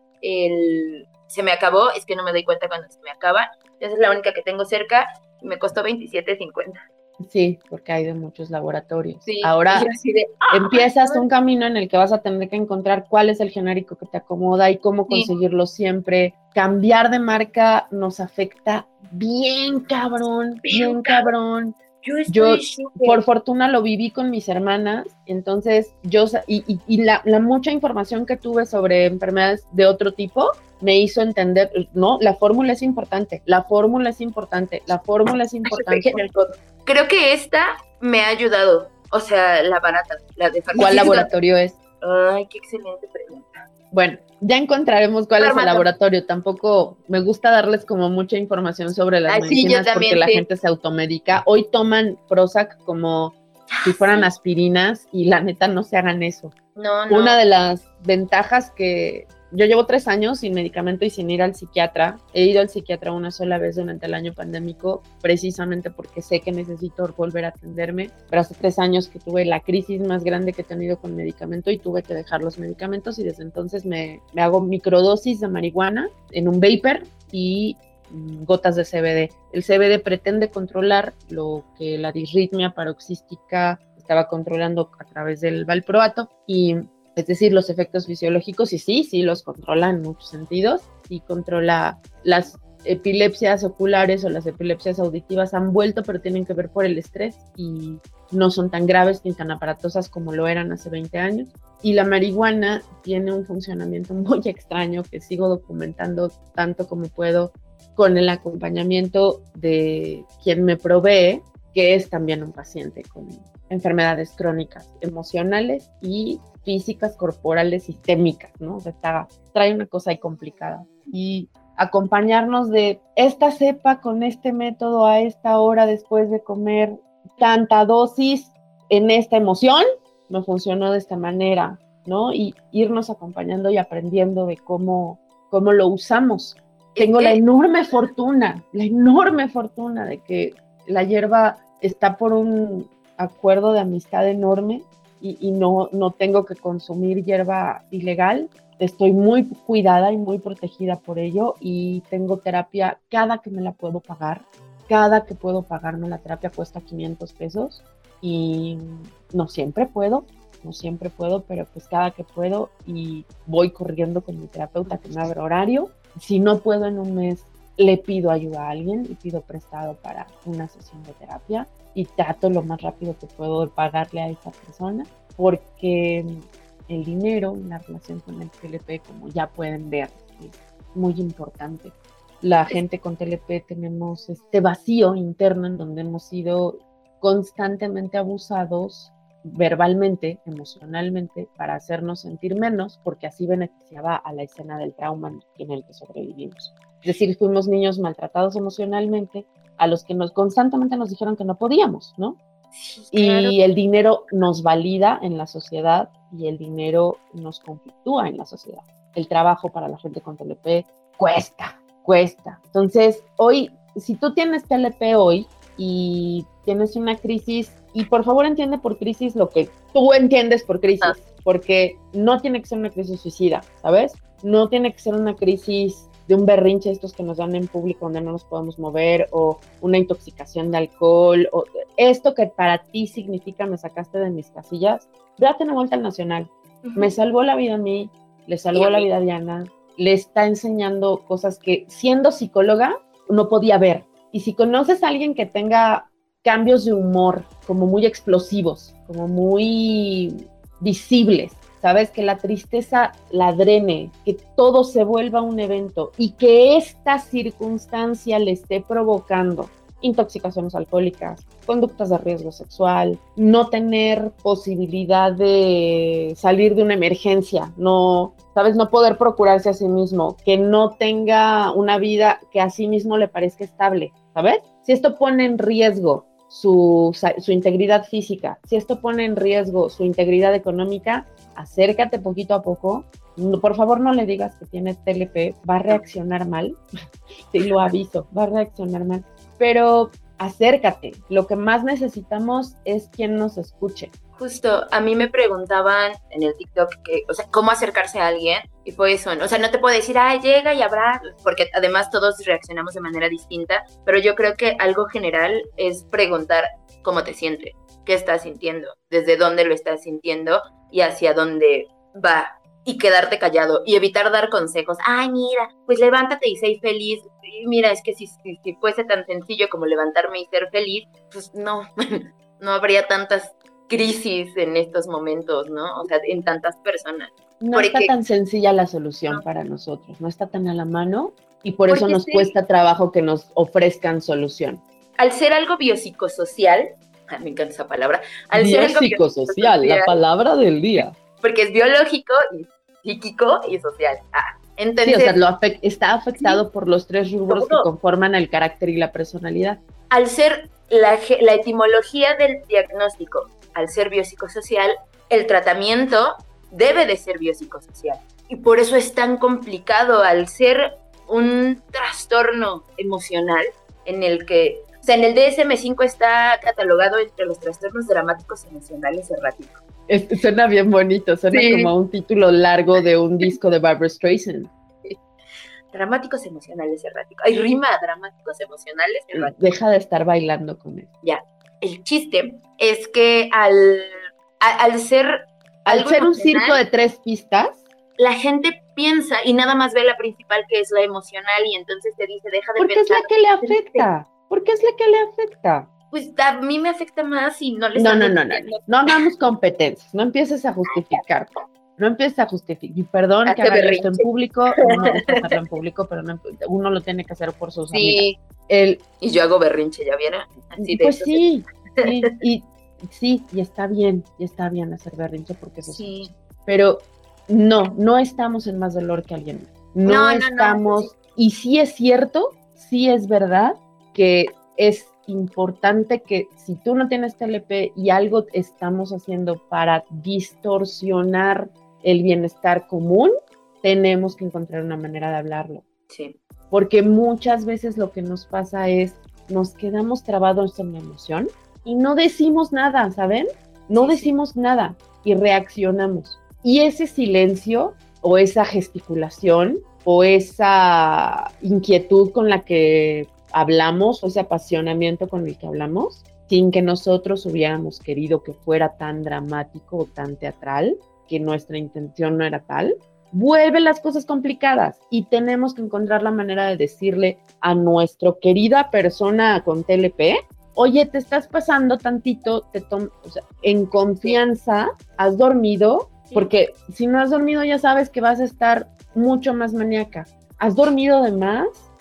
el, se me acabó, es que no me doy cuenta cuando se me acaba, esa es la única que tengo cerca y me costó veintisiete cincuenta. Sí, porque hay de muchos laboratorios. Sí, ahora de, ¡ah! empiezas un camino en el que vas a tener que encontrar cuál es el genérico que te acomoda y cómo sí. conseguirlo siempre. Cambiar de marca nos afecta bien cabrón, bien, bien cabrón. Yo, estoy yo por fortuna lo viví con mis hermanas, entonces yo, y, y, y la, la mucha información que tuve sobre enfermedades de otro tipo me hizo entender, no, la fórmula es importante, la fórmula es importante, la fórmula es importante. Creo que esta me ha ayudado, o sea, la barata, la de farmacia. ¿Cuál laboratorio es? Ay, qué excelente pregunta. Bueno, ya encontraremos cuál Farmacia. Es el laboratorio. Tampoco me gusta darles como mucha información sobre las Ay, medicinas sí, porque sí. la gente se automedica. Hoy toman Prozac como si fueran sí. aspirinas y la neta no se hagan eso. No, no. Una de las ventajas que yo llevo tres años sin medicamento y sin ir al psiquiatra. He ido al psiquiatra una sola vez durante el año pandémico, precisamente porque sé que necesito volver a atenderme. Pero hace tres años que tuve la crisis más grande que he tenido con medicamento y tuve que dejar los medicamentos y desde entonces me, me hago microdosis de marihuana en un vapor y mm, gotas de C B D. El C B D pretende controlar lo que la disritmia paroxística estaba controlando a través del valproato y es decir, los efectos fisiológicos, y sí, sí los controla en muchos sentidos, sí controla las epilepsias oculares o las epilepsias auditivas han vuelto, pero tienen que ver por el estrés y no son tan graves ni tan aparatosas como lo eran hace veinte años. Y la marihuana tiene un funcionamiento muy extraño que sigo documentando tanto como puedo con el acompañamiento de quien me provee, que es también un paciente con enfermedades crónicas, emocionales y físicas, corporales, sistémicas, ¿no? O sea, está, trae una cosa ahí complicada. Y acompañarnos de esta cepa con este método a esta hora después de comer tanta dosis en esta emoción, me funcionó de esta manera, ¿no? Y irnos acompañando y aprendiendo de cómo, cómo lo usamos. Tengo la enorme fortuna, la enorme fortuna de que la hierba está por un acuerdo de amistad enorme y, y no, no tengo que consumir hierba ilegal. Estoy muy cuidada y muy protegida por ello y tengo terapia cada que me la puedo pagar. Cada que puedo pagarme la terapia cuesta quinientos pesos y no siempre puedo, no siempre puedo, pero pues cada que puedo y voy corriendo con mi terapeuta que me abre horario. Si no puedo en un mes, le pido ayuda a alguien y pido prestado para una sesión de terapia y trato lo más rápido que puedo de pagarle a esa persona porque el dinero en la relación con el T L P, como ya pueden ver, es muy importante. La gente con T L P tenemos este vacío interno en donde hemos sido constantemente abusados verbalmente, emocionalmente, para hacernos sentir menos, porque así beneficiaba a la escena del trauma en el que sobrevivimos. Es decir, fuimos niños maltratados emocionalmente, a los que nos constantemente nos dijeron que no podíamos, ¿no? Sí, claro. Y el dinero nos valida en la sociedad y el dinero nos conflictúa en la sociedad. El trabajo para la gente con T L P cuesta, cuesta. Entonces, hoy, si tú tienes T L P hoy y tienes una crisis, y por favor entiende por crisis lo que tú entiendes por crisis, ah. porque no tiene que ser una crisis suicida, ¿sabes? No tiene que ser una crisis de un berrinche, estos que nos dan en público donde no nos podemos mover, o una intoxicación de alcohol, o esto que para ti significa me sacaste de mis casillas, date una vuelta al Nacional. Uh-huh. Me salvó la vida a mí, le salvó la vida a Diana, le está enseñando cosas que siendo psicóloga no podía ver. Y si conoces a alguien que tenga cambios de humor como muy explosivos, como muy visibles, ¿sabes? Que la tristeza la drene, que todo se vuelva un evento y que esta circunstancia le esté provocando intoxicaciones alcohólicas, conductas de riesgo sexual, no tener posibilidad de salir de una emergencia, no, ¿sabes? No poder procurarse a sí mismo, que no tenga una vida que a sí mismo le parezca estable, ¿sabes? Si esto pone en riesgo su, su integridad física, si esto pone en riesgo su integridad económica, acércate poquito a poco. Por favor, no le digas que tiene T L P, va a reaccionar mal, te lo aviso, va a reaccionar mal, pero acércate. Lo que más necesitamos es quien nos escuche. Justo, a mí me preguntaban en el TikTok, que, o sea, cómo acercarse a alguien, y fue eso, ¿no? O sea, no te puedo decir, ah, llega y habrá, porque además todos reaccionamos de manera distinta, pero yo creo que algo general es preguntar cómo te sientes, qué estás sintiendo, desde dónde lo estás sintiendo y hacia dónde va, y quedarte callado, y evitar dar consejos. Ay, mira, pues levántate y sé feliz. Y mira, es que si, si, si fuese tan sencillo como levantarme y ser feliz, pues no, no habría tantas crisis en estos momentos, ¿no? O sea, en tantas personas. No Porque, está tan sencilla la solución no. para nosotros, no está tan a la mano, y por eso nos sí, cuesta trabajo que nos ofrezcan solución. Al ser algo biopsicosocial, ah, me encanta esa palabra, al biopsicosocial, ser algo biopsicosocial, la palabra del día. Porque es biológico y psíquico y social. Ah, entonces, sí, o sea, lo afect- está afectado sí, por los tres rubros todo. que conforman el carácter y la personalidad. Al ser la, la etimología del diagnóstico, al ser biopsicosocial, el tratamiento debe de ser biopsicosocial. Y por eso es tan complicado al ser un trastorno emocional en el que, o sea, en el D S M cinco está catalogado entre los trastornos dramáticos emocionales erráticos. Es, suena bien bonito, suena sí. como un título largo de un disco de Barbra Streisand. Sí. Dramáticos emocionales erráticos. Ay, rima, dramáticos emocionales erráticos. Deja de estar bailando con él. Ya. El chiste es que al, a, al ser... Al ser un circo de tres pistas, la gente piensa y nada más ve la principal, que es la emocional, y entonces te dice, deja de ¿por qué pensar. es la que le afecta? ¿Por qué es la que le afecta? Pues a mí me afecta más y no les... No, no, no, no, no, no hagamos competencias, no empieces a justificar, no empieces a justificar, y perdón que haga esto en público, no me gusta hacerlo en público, pero no, uno lo tiene que hacer por sus sí. amigas. El, y yo hago berrinche, ¿ya vieron? Así de pues sí, sí, y sí, y está bien, y está bien hacer berrinche porque eso sí. es, pero no, no estamos en más dolor que alguien más, no, no estamos, no, no, sí. Y sí es cierto, sí es verdad que es importante que si tú no tienes T L P y algo estamos haciendo para distorsionar el bienestar común, tenemos que encontrar una manera de hablarlo. Sí. Porque muchas veces lo que nos pasa es, nos quedamos trabados en la emoción y no decimos nada, ¿saben? No sí, decimos sí. nada y reaccionamos. Y ese silencio o esa gesticulación o esa inquietud con la que hablamos, o ese apasionamiento con el que hablamos, sin que nosotros hubiéramos querido que fuera tan dramático o tan teatral, que nuestra intención no era tal, vuelve las cosas complicadas y tenemos que encontrar la manera de decirle a nuestra querida persona con T L P, oye, te estás pasando tantito, te tom- o sea, en confianza, has dormido, porque si no has dormido ya sabes que vas a estar mucho más maníaca. ¿Has dormido de más?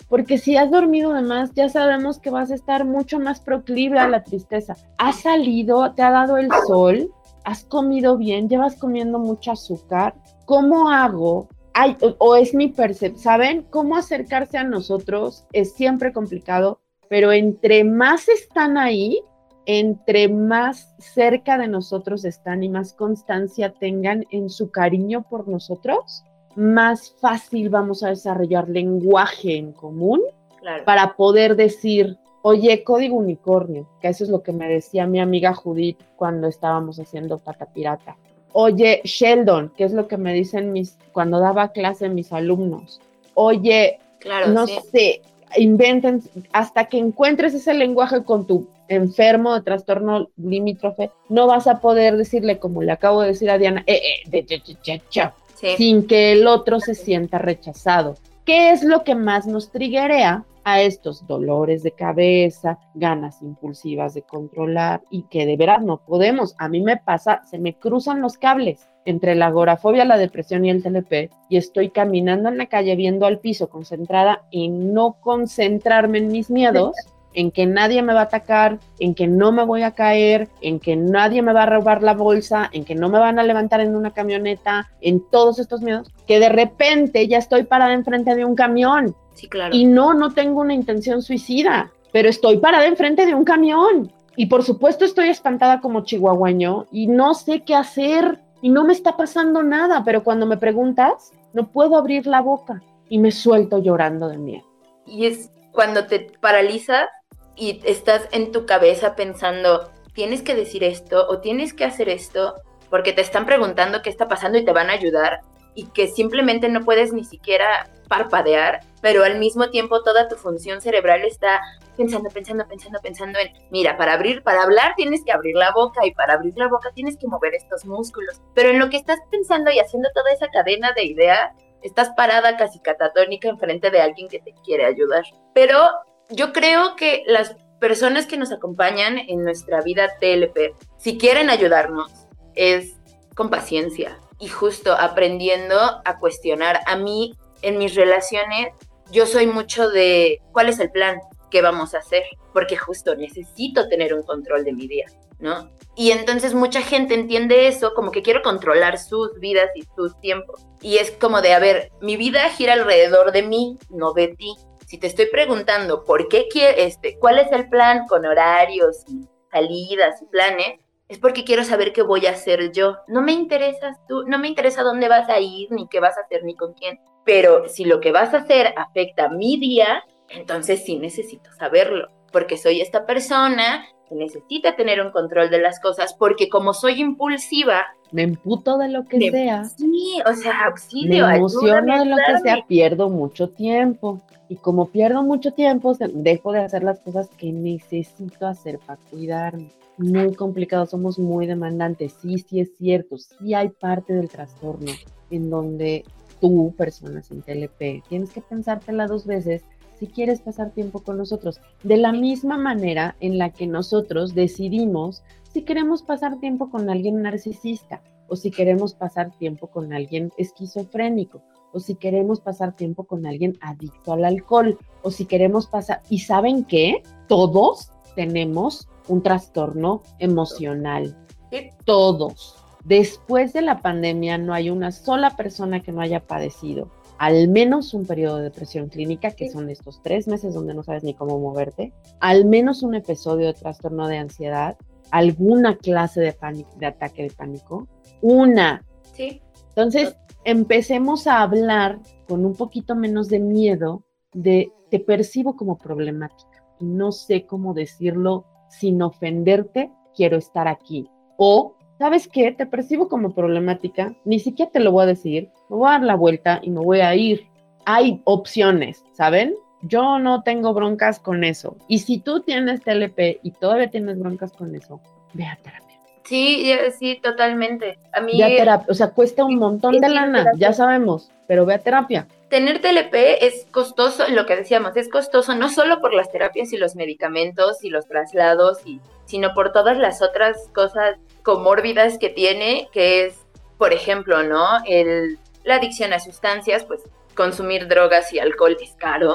porque si has dormido de más, ya sabemos que vas a estar mucho más proclive a la tristeza. ¿Has salido? ¿Te ha dado el sol? ¿Has comido bien? ¿Llevas comiendo mucho azúcar? ¿Cómo hago? Ay, o, o es mi percepción, ¿saben? Cómo acercarse a nosotros es siempre complicado, pero entre más están ahí, entre más cerca de nosotros están y más constancia tengan en su cariño por nosotros, más fácil vamos a desarrollar lenguaje en común, claro, para poder decir, oye, código unicornio, que eso es lo que me decía mi amiga Judith cuando estábamos haciendo Pata Pirata. Oye, Sheldon, que es lo que me dicen mis, cuando daba clase mis alumnos. Oye, claro, no sí. sé, inventen, hasta que encuentres ese lenguaje con tu enfermo de trastorno limítrofe, no vas a poder decirle, como le acabo de decir a Diana, eh, eh, de, de, de, de, de, sí. sin que el otro se sienta rechazado. ¿Qué es lo que más nos triguea a estos dolores de cabeza, ganas impulsivas de controlar y que de veras no podemos? A mí me pasa, se me cruzan los cables entre la agorafobia, la depresión y el T L P y estoy caminando en la calle viendo al piso concentrada en no concentrarme en mis miedos, en que nadie me va a atacar, en que no me voy a caer, en que nadie me va a robar la bolsa, en que no me van a levantar en una camioneta, en todos estos miedos, que de repente ya estoy parada enfrente de un camión. Sí, claro. Y no, no tengo una intención suicida, pero estoy parada enfrente de un camión. Y por supuesto estoy espantada como chihuahueño y no sé qué hacer y no me está pasando nada, pero cuando me preguntas, no puedo abrir la boca y me suelto llorando de miedo. Y es cuando te paralizas y estás en tu cabeza pensando, tienes que decir esto o tienes que hacer esto porque te están preguntando qué está pasando y te van a ayudar y que simplemente no puedes ni siquiera parpadear, pero al mismo tiempo toda tu función cerebral está pensando, pensando, pensando, pensando en, mira, para abrir, para hablar tienes que abrir la boca y para abrir la boca tienes que mover estos músculos, pero en lo que estás pensando y haciendo toda esa cadena de ideas, estás parada casi catatónica enfrente de alguien que te quiere ayudar. Pero yo creo que las personas que nos acompañan en nuestra vida T L P, si quieren ayudarnos, es con paciencia y justo aprendiendo a cuestionar. A mí, en mis relaciones, yo soy mucho de ¿cuál es el plan? ¿Qué vamos a hacer? Porque justo necesito tener un control de mi día, ¿no? Y entonces mucha gente entiende eso como que quiero controlar sus vidas y sus tiempos. Y es como de, a ver, mi vida gira alrededor de mí, no de ti. Si te estoy preguntando por qué quiere, este, cuál es el plan con horarios y salidas y planes, es porque quiero saber qué voy a hacer yo. No me interesas tú, no me interesa dónde vas a ir, ni qué vas a hacer, ni con quién. Pero si lo que vas a hacer afecta mi día, entonces sí necesito saberlo, porque soy esta persona que necesita tener un control de las cosas, porque como soy impulsiva, me emputo de lo que me, sea. Sí, o sea, auxilio, me emociono de lo que sea, pierdo mucho tiempo. Y como pierdo mucho tiempo, dejo de hacer las cosas que necesito hacer para cuidarme. Muy complicado, somos muy demandantes. Sí, sí es cierto, sí hay parte del trastorno en donde tú, persona sin T L P, tienes que pensártela dos veces si quieres pasar tiempo con nosotros. De la misma manera en la que nosotros decidimos si queremos pasar tiempo con alguien narcisista, o si queremos pasar tiempo con alguien esquizofrénico, o si queremos pasar tiempo con alguien adicto al alcohol, o si queremos pasar... ¿Y saben qué? Todos tenemos un trastorno emocional. ¿Sí? Todos. Después de la pandemia no hay una sola persona que no haya padecido al menos un periodo de depresión clínica, que son estos tres meses donde no sabes ni cómo moverte, al menos un episodio de trastorno de ansiedad, alguna clase de pánico, de ataque de pánico, una. Sí. Entonces, empecemos a hablar con un poquito menos de miedo de te percibo como problemática y no sé cómo decirlo sin ofenderte, quiero estar aquí. O, ¿sabes qué? Te percibo como problemática, ni siquiera te lo voy a decir, me voy a dar la vuelta y me voy a ir. Hay opciones, ¿saben? Yo no tengo broncas con eso. Y si tú tienes T L P y todavía tienes broncas con eso, ve a terapia. Sí, sí, totalmente. A mí... Ve a terapia, o sea, cuesta un montón de lana, ya sabemos, pero ve a terapia. Tener T L P es costoso, lo que decíamos, es costoso no solo por las terapias y los medicamentos y los traslados, y, sino por todas las otras cosas comórbidas que tiene, que es, por ejemplo, ¿no? El, la adicción a sustancias, pues consumir drogas y alcohol es caro,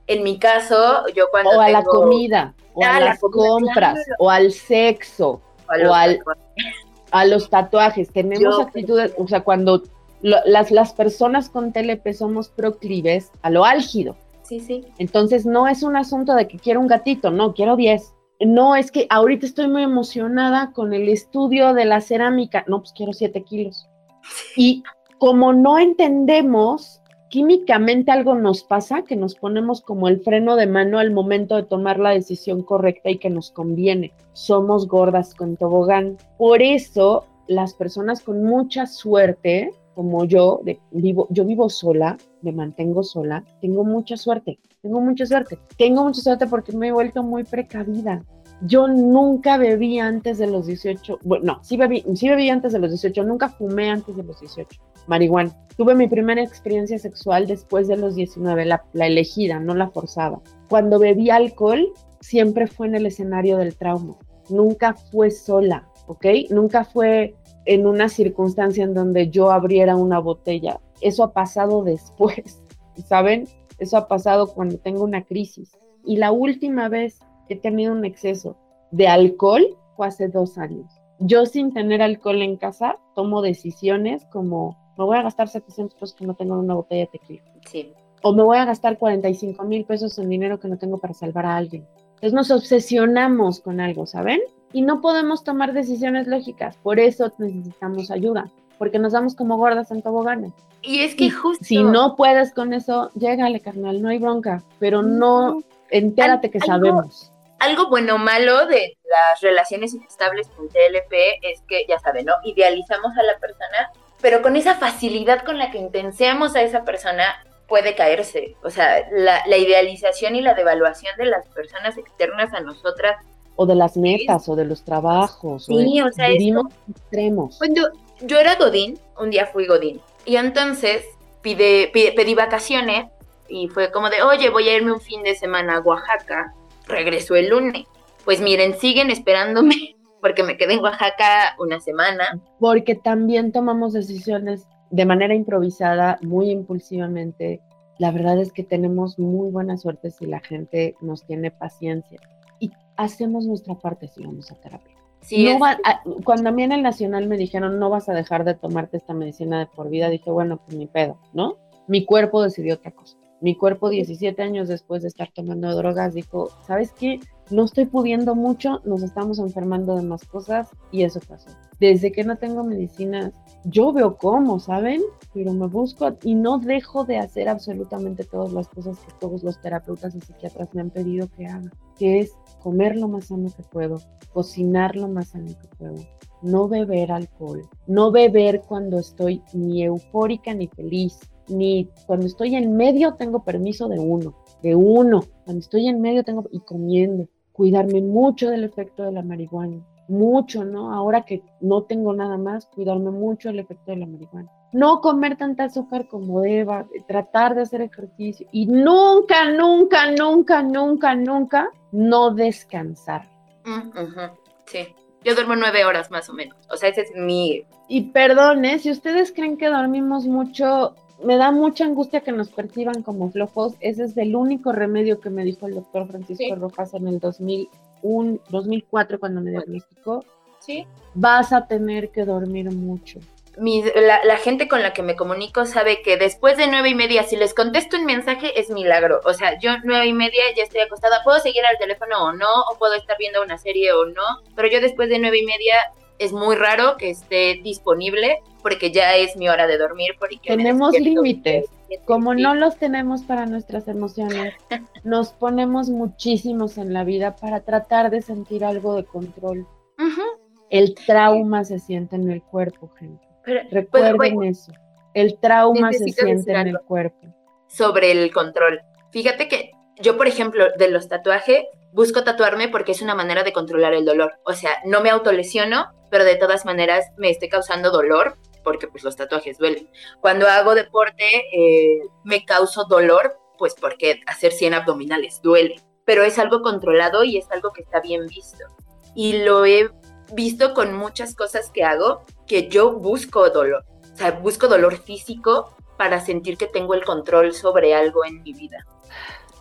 En mi caso, yo cuando O a tengo... la comida, o Ah, a la las comida, compras, claro. o al sexo, O a los o al, tatuajes. a los tatuajes. Tenemos Yo- actitudes, o sea, cuando lo- las, las personas con T L P somos proclives a lo álgido. Sí, sí. Entonces no es un asunto de que quiero un gatito, no, quiero diez. No, es que ahorita estoy muy emocionada con el estudio de la cerámica. No, pues quiero siete kilos. Y como no entendemos, químicamente algo nos pasa, que nos ponemos como el freno de mano al momento de tomar la decisión correcta y que nos conviene. Somos gordas con tobogán. Por eso, las personas con mucha suerte, como yo, de, vivo, yo vivo sola, me mantengo sola, tengo mucha suerte, tengo mucha suerte. Tengo mucha suerte porque me he vuelto muy precavida. Yo nunca bebí antes de los dieciocho, bueno, no, sí bebí, sí bebí antes de los dieciocho, nunca fumé antes de los dieciocho, marihuana. Tuve mi primera experiencia sexual después de los diecinueve, la, la elegida, no la forzaba. Cuando bebí alcohol, siempre fue en el escenario del trauma, nunca fue sola, ¿ok? Nunca fue en una circunstancia en donde yo abriera una botella. Eso ha pasado después, ¿saben? Eso ha pasado cuando tengo una crisis. Y la última vez que he tenido un exceso de alcohol fue hace dos años. Yo sin tener alcohol en casa tomo decisiones como me voy a gastar setecientos pesos que no tengo en una botella de tequila. Sí. O me voy a gastar cuarenta y cinco mil pesos en dinero que no tengo para salvar a alguien. Entonces nos obsesionamos con algo, ¿saben? Y no podemos tomar decisiones lógicas. Por eso necesitamos ayuda, porque nos damos como gordas en toboganes. Y es que Y justo... si no puedes con eso, llégale, carnal, no hay bronca. Pero no, entérate que Algo- sabemos. Algo bueno o malo de las relaciones inestables con T L P es que, ya saben, ¿no? Idealizamos a la persona, pero con esa facilidad con la que intenseamos a esa persona puede caerse. O sea, la, la idealización y la devaluación de las personas externas a nosotras. O de las metas, o de los trabajos. Sí, o, de, o sea, vivimos esto- extremos. Cuando yo era Godín, un día fui Godín, y entonces pide, pide- pedí vacaciones y fue como de, oye, voy a irme un fin de semana a Oaxaca. Regresó el lunes. Pues miren, siguen esperándome porque me quedé en Oaxaca una semana. Porque también tomamos decisiones de manera improvisada, muy impulsivamente. La verdad es que tenemos muy buena suerte si la gente nos tiene paciencia. Y hacemos nuestra parte si vamos a terapia. Sí, No es- va, a, cuando a mí en el Nacional me dijeron no vas a dejar de tomarte esta medicina de por vida, dije, bueno, pues ni pedo, ¿no? Mi cuerpo decidió otra cosa. Mi cuerpo, diecisiete años después de estar tomando drogas, dijo, ¿sabes qué? No estoy pudiendo mucho, nos estamos enfermando de más cosas y eso pasó. Desde que no tengo medicinas, yo veo cómo, ¿saben? Pero me busco y no dejo de hacer absolutamente todas las cosas que todos los terapeutas y psiquiatras me han pedido que haga, que es comer lo más sano que puedo, cocinar lo más sano que puedo, no beber alcohol, no beber cuando estoy ni eufórica ni feliz, ni cuando estoy en medio tengo permiso de uno, de uno, cuando estoy en medio tengo, y comiendo, cuidarme mucho del efecto de la marihuana, mucho, ¿no? Ahora que no tengo nada más, cuidarme mucho del efecto de la marihuana. No comer tanta azúcar como deba, tratar de hacer ejercicio y nunca, nunca, nunca, nunca, nunca no descansar. Mm, ujú, sí. Yo duermo nueve horas más o menos. O sea, ese es mi... Y perdón, ¿eh? Si ustedes creen que dormimos mucho, me da mucha angustia que nos perciban como flojos. Ese es el único remedio que me dijo el doctor Francisco Sí. Rojas en el dos mil uno, dos mil cuatro cuando me diagnosticó. Sí. Vas a tener que dormir mucho. Mi, la, la gente con la que me comunico sabe que después de nueve y media, si les contesto un mensaje, es milagro. O sea, yo nueve y media ya estoy acostada. Puedo seguir al teléfono o no, o puedo estar viendo una serie o no, pero yo después de nueve y media es muy raro que esté disponible porque ya es mi hora de dormir. Porque me Tenemos despierto límites. veinte, Como sí. no los tenemos para nuestras emociones, nos ponemos muchísimos en la vida para tratar de sentir algo de control. Ujú. El trauma se siente en el cuerpo, gente. Pero, Recuerden pues, bueno, eso. El trauma se necesito siente decir en el algo. cuerpo. Sobre el control. Fíjate que yo, por ejemplo, de los tatuajes, busco tatuarme porque es una manera de controlar el dolor. O sea, no me autolesiono, pero de todas maneras me estoy causando dolor porque pues los tatuajes duelen. Cuando hago deporte eh, me causo dolor, pues porque hacer cien abdominales duele. Pero es algo controlado y es algo que está bien visto. Y lo he visto con muchas cosas que hago, que yo busco dolor. O sea, busco dolor físico para sentir que tengo el control sobre algo en mi vida.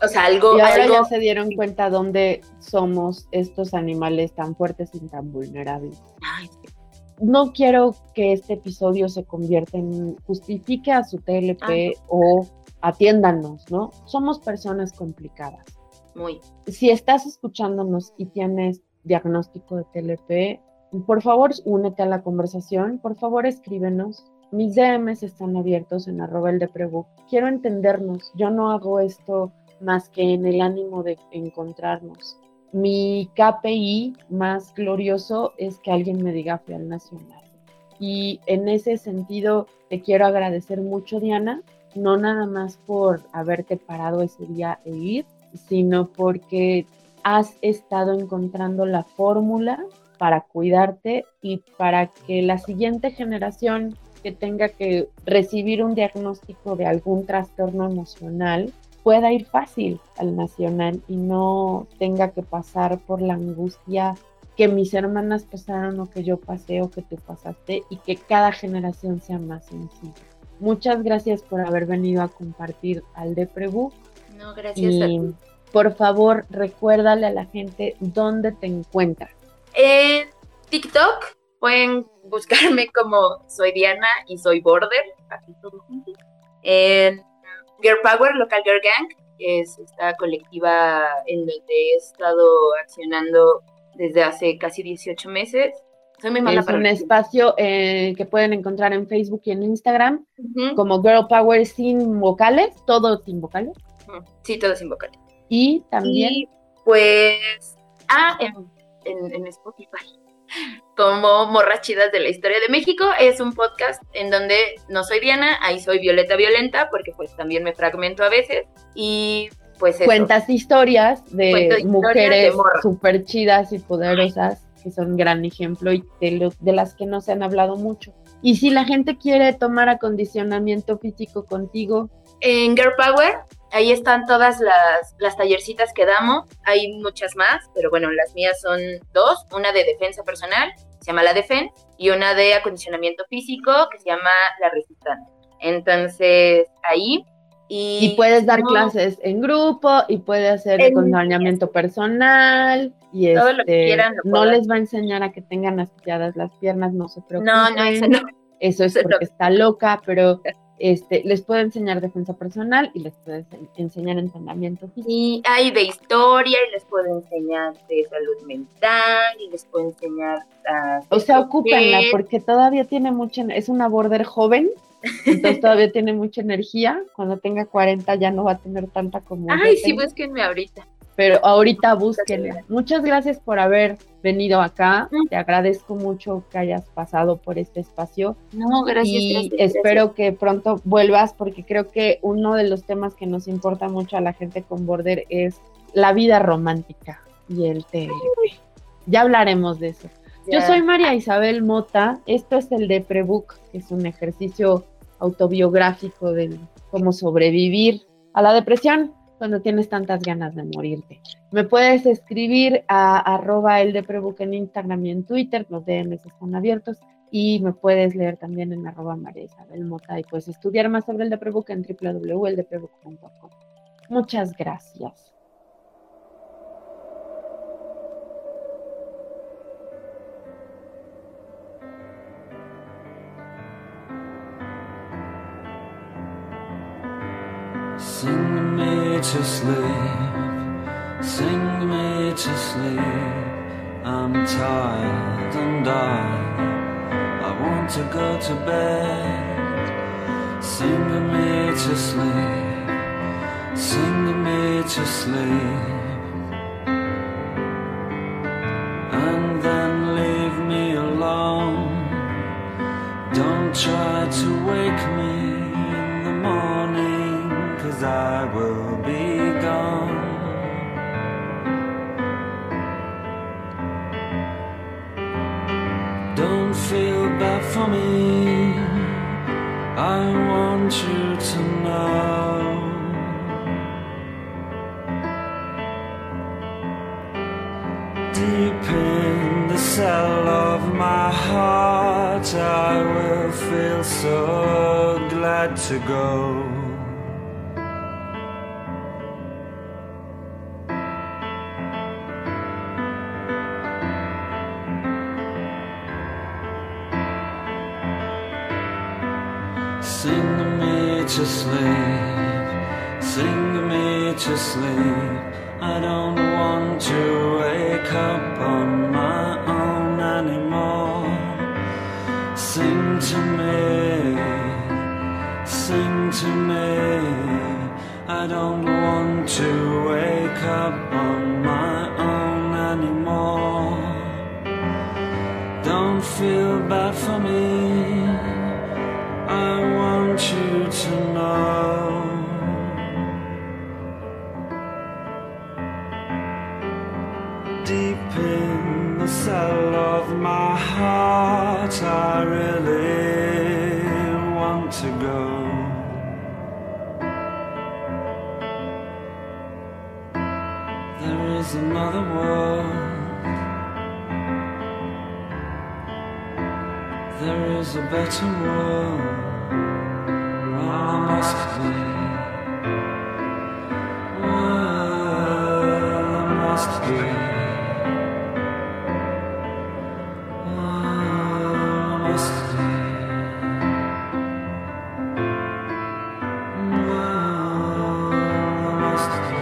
O sea, algo... Y ahora algo... ya se dieron cuenta dónde somos estos animales tan fuertes y tan vulnerables. Ay, no quiero que este episodio se convierta en justifique a su T L P ah, o atiéndanos, ¿no? Somos personas complicadas. Muy. Si estás escuchándonos y tienes diagnóstico de T L P, por favor, únete a la conversación, por favor, escríbenos. Mis D Ms están abiertos en arroba el de Prebook. Quiero entendernos, yo no hago esto más que en el ánimo de encontrarnos. Mi K P I más glorioso es que alguien me diga fui al Nacional. Y en ese sentido te quiero agradecer mucho, Diana, no nada más por haberte parado ese día e ir, sino porque has estado encontrando la fórmula para cuidarte y para que la siguiente generación que tenga que recibir un diagnóstico de algún trastorno emocional pueda ir fácil al Nacional y no tenga que pasar por la angustia que mis hermanas pasaron o que yo pasé o que tú pasaste, y que cada generación sea más sencilla. Muchas gracias por haber venido a compartir al de Prebook. No, gracias y, a ti. Por favor, recuérdale a la gente dónde te encuentras. En TikTok pueden buscarme como soy Diana y soy Border, aquí todo junto. En Girl Power, Local Girl Gang, que es esta colectiva en donde he estado accionando desde hace casi dieciocho meses. Soy muy mala es para un espacio eh, que pueden encontrar en Facebook y en Instagram, uh-huh. como Girl Power sin vocales, todo sin vocales. Uh-huh. Sí, todo sin vocales. Y también... Y pues, ah, en, en, en Spotify, como Morras Chidas de la Historia de México, es un podcast en donde no soy Diana, ahí soy Violeta Violenta, porque pues también me fragmento a veces, y pues eso. Cuentas historias de Cuento mujeres súper chidas y poderosas, que son un gran ejemplo y de, lo, de las que no se han hablado mucho. Y si la gente quiere tomar acondicionamiento físico contigo... En Girl Power, ahí están todas las, las tallercitas que damos, hay muchas más, pero bueno, las mías son dos, una de defensa personal, se llama La Defen, y una de acondicionamiento físico, que se llama La Resistante. Entonces, ahí... Y, y puedes dar no, clases en grupo, y puedes hacer acompañamiento personal, y todo este, lo que quieran, lo no les va a enseñar a que tengan asfixiadas las piernas, no se preocupen. No, no, eso no. Eso es porque está loca, pero este, les puedo enseñar defensa personal y les puedo enseñar entrenamiento físico. Y hay de historia, y les puedo enseñar de salud mental, y les puedo enseñar... Uh, o sea, ocúpenla, porque todavía tiene mucha, es una border joven, entonces todavía tiene mucha energía. Cuando tenga cuarenta ya no va a tener tanta como Ay, sí, búsquenme ahorita. Pero ahorita búsquenla. Muchas gracias por haber venido acá. Te agradezco mucho que hayas pasado por este espacio. No, gracias. Y gracias, espero gracias. que pronto vuelvas, porque creo que uno de los temas que nos importa mucho a la gente con Border es la vida romántica y el T L P. Ya hablaremos de eso. Ya. Yo soy María Isabel Mota. Esto es el de Prebook, que es un ejercicio autobiográfico de cómo sobrevivir a la depresión cuando tienes tantas ganas de morirte. Me puedes escribir a arroba el de Prebook en Instagram y en Twitter, los D Ms están abiertos, y me puedes leer también en arroba María Isabel Mota, y puedes estudiar más sobre el de Prebook en doble u doble u doble u punto el de prebook punto com. Muchas gracias. Sing me to sleep, sing me to sleep. I'm tired and I, I want to go to bed. Sing me to sleep, sing me to sleep. And then leave me alone. Don't try to wake me in the morning, 'cause I will be gone. Don't feel bad for me, I want you to know. Deep in the cell of my heart, I will feel so glad to go. Sing me to sleep, sing me to sleep. I don't want to wake up on my own anymore. Sing to me, sing to me. I don't want to wake up on my own anymore. Don't feel bad for me, I want you to know. Deep in the cell of my heart, I really want to go. There is another world, there is a better world. Well, I must be, well, I must be, well, I must be, well, I must be,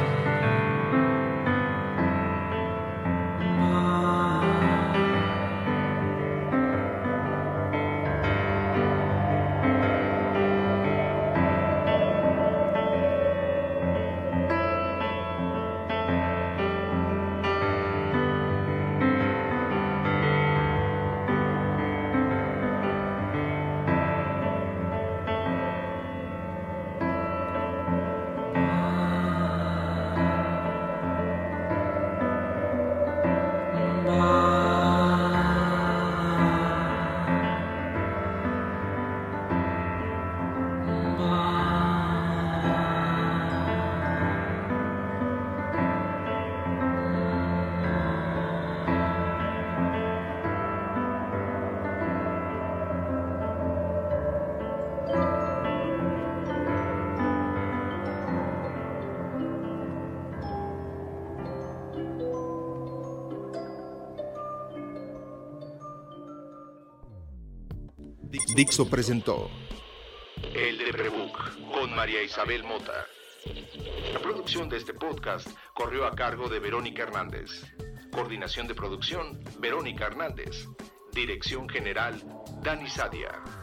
Dixo presentó El Deprebook con María Isabel Mota. La producción de este podcast corrió a cargo de Verónica Hernández. Coordinación de producción, Verónica Hernández. Dirección general, Dani Sadia.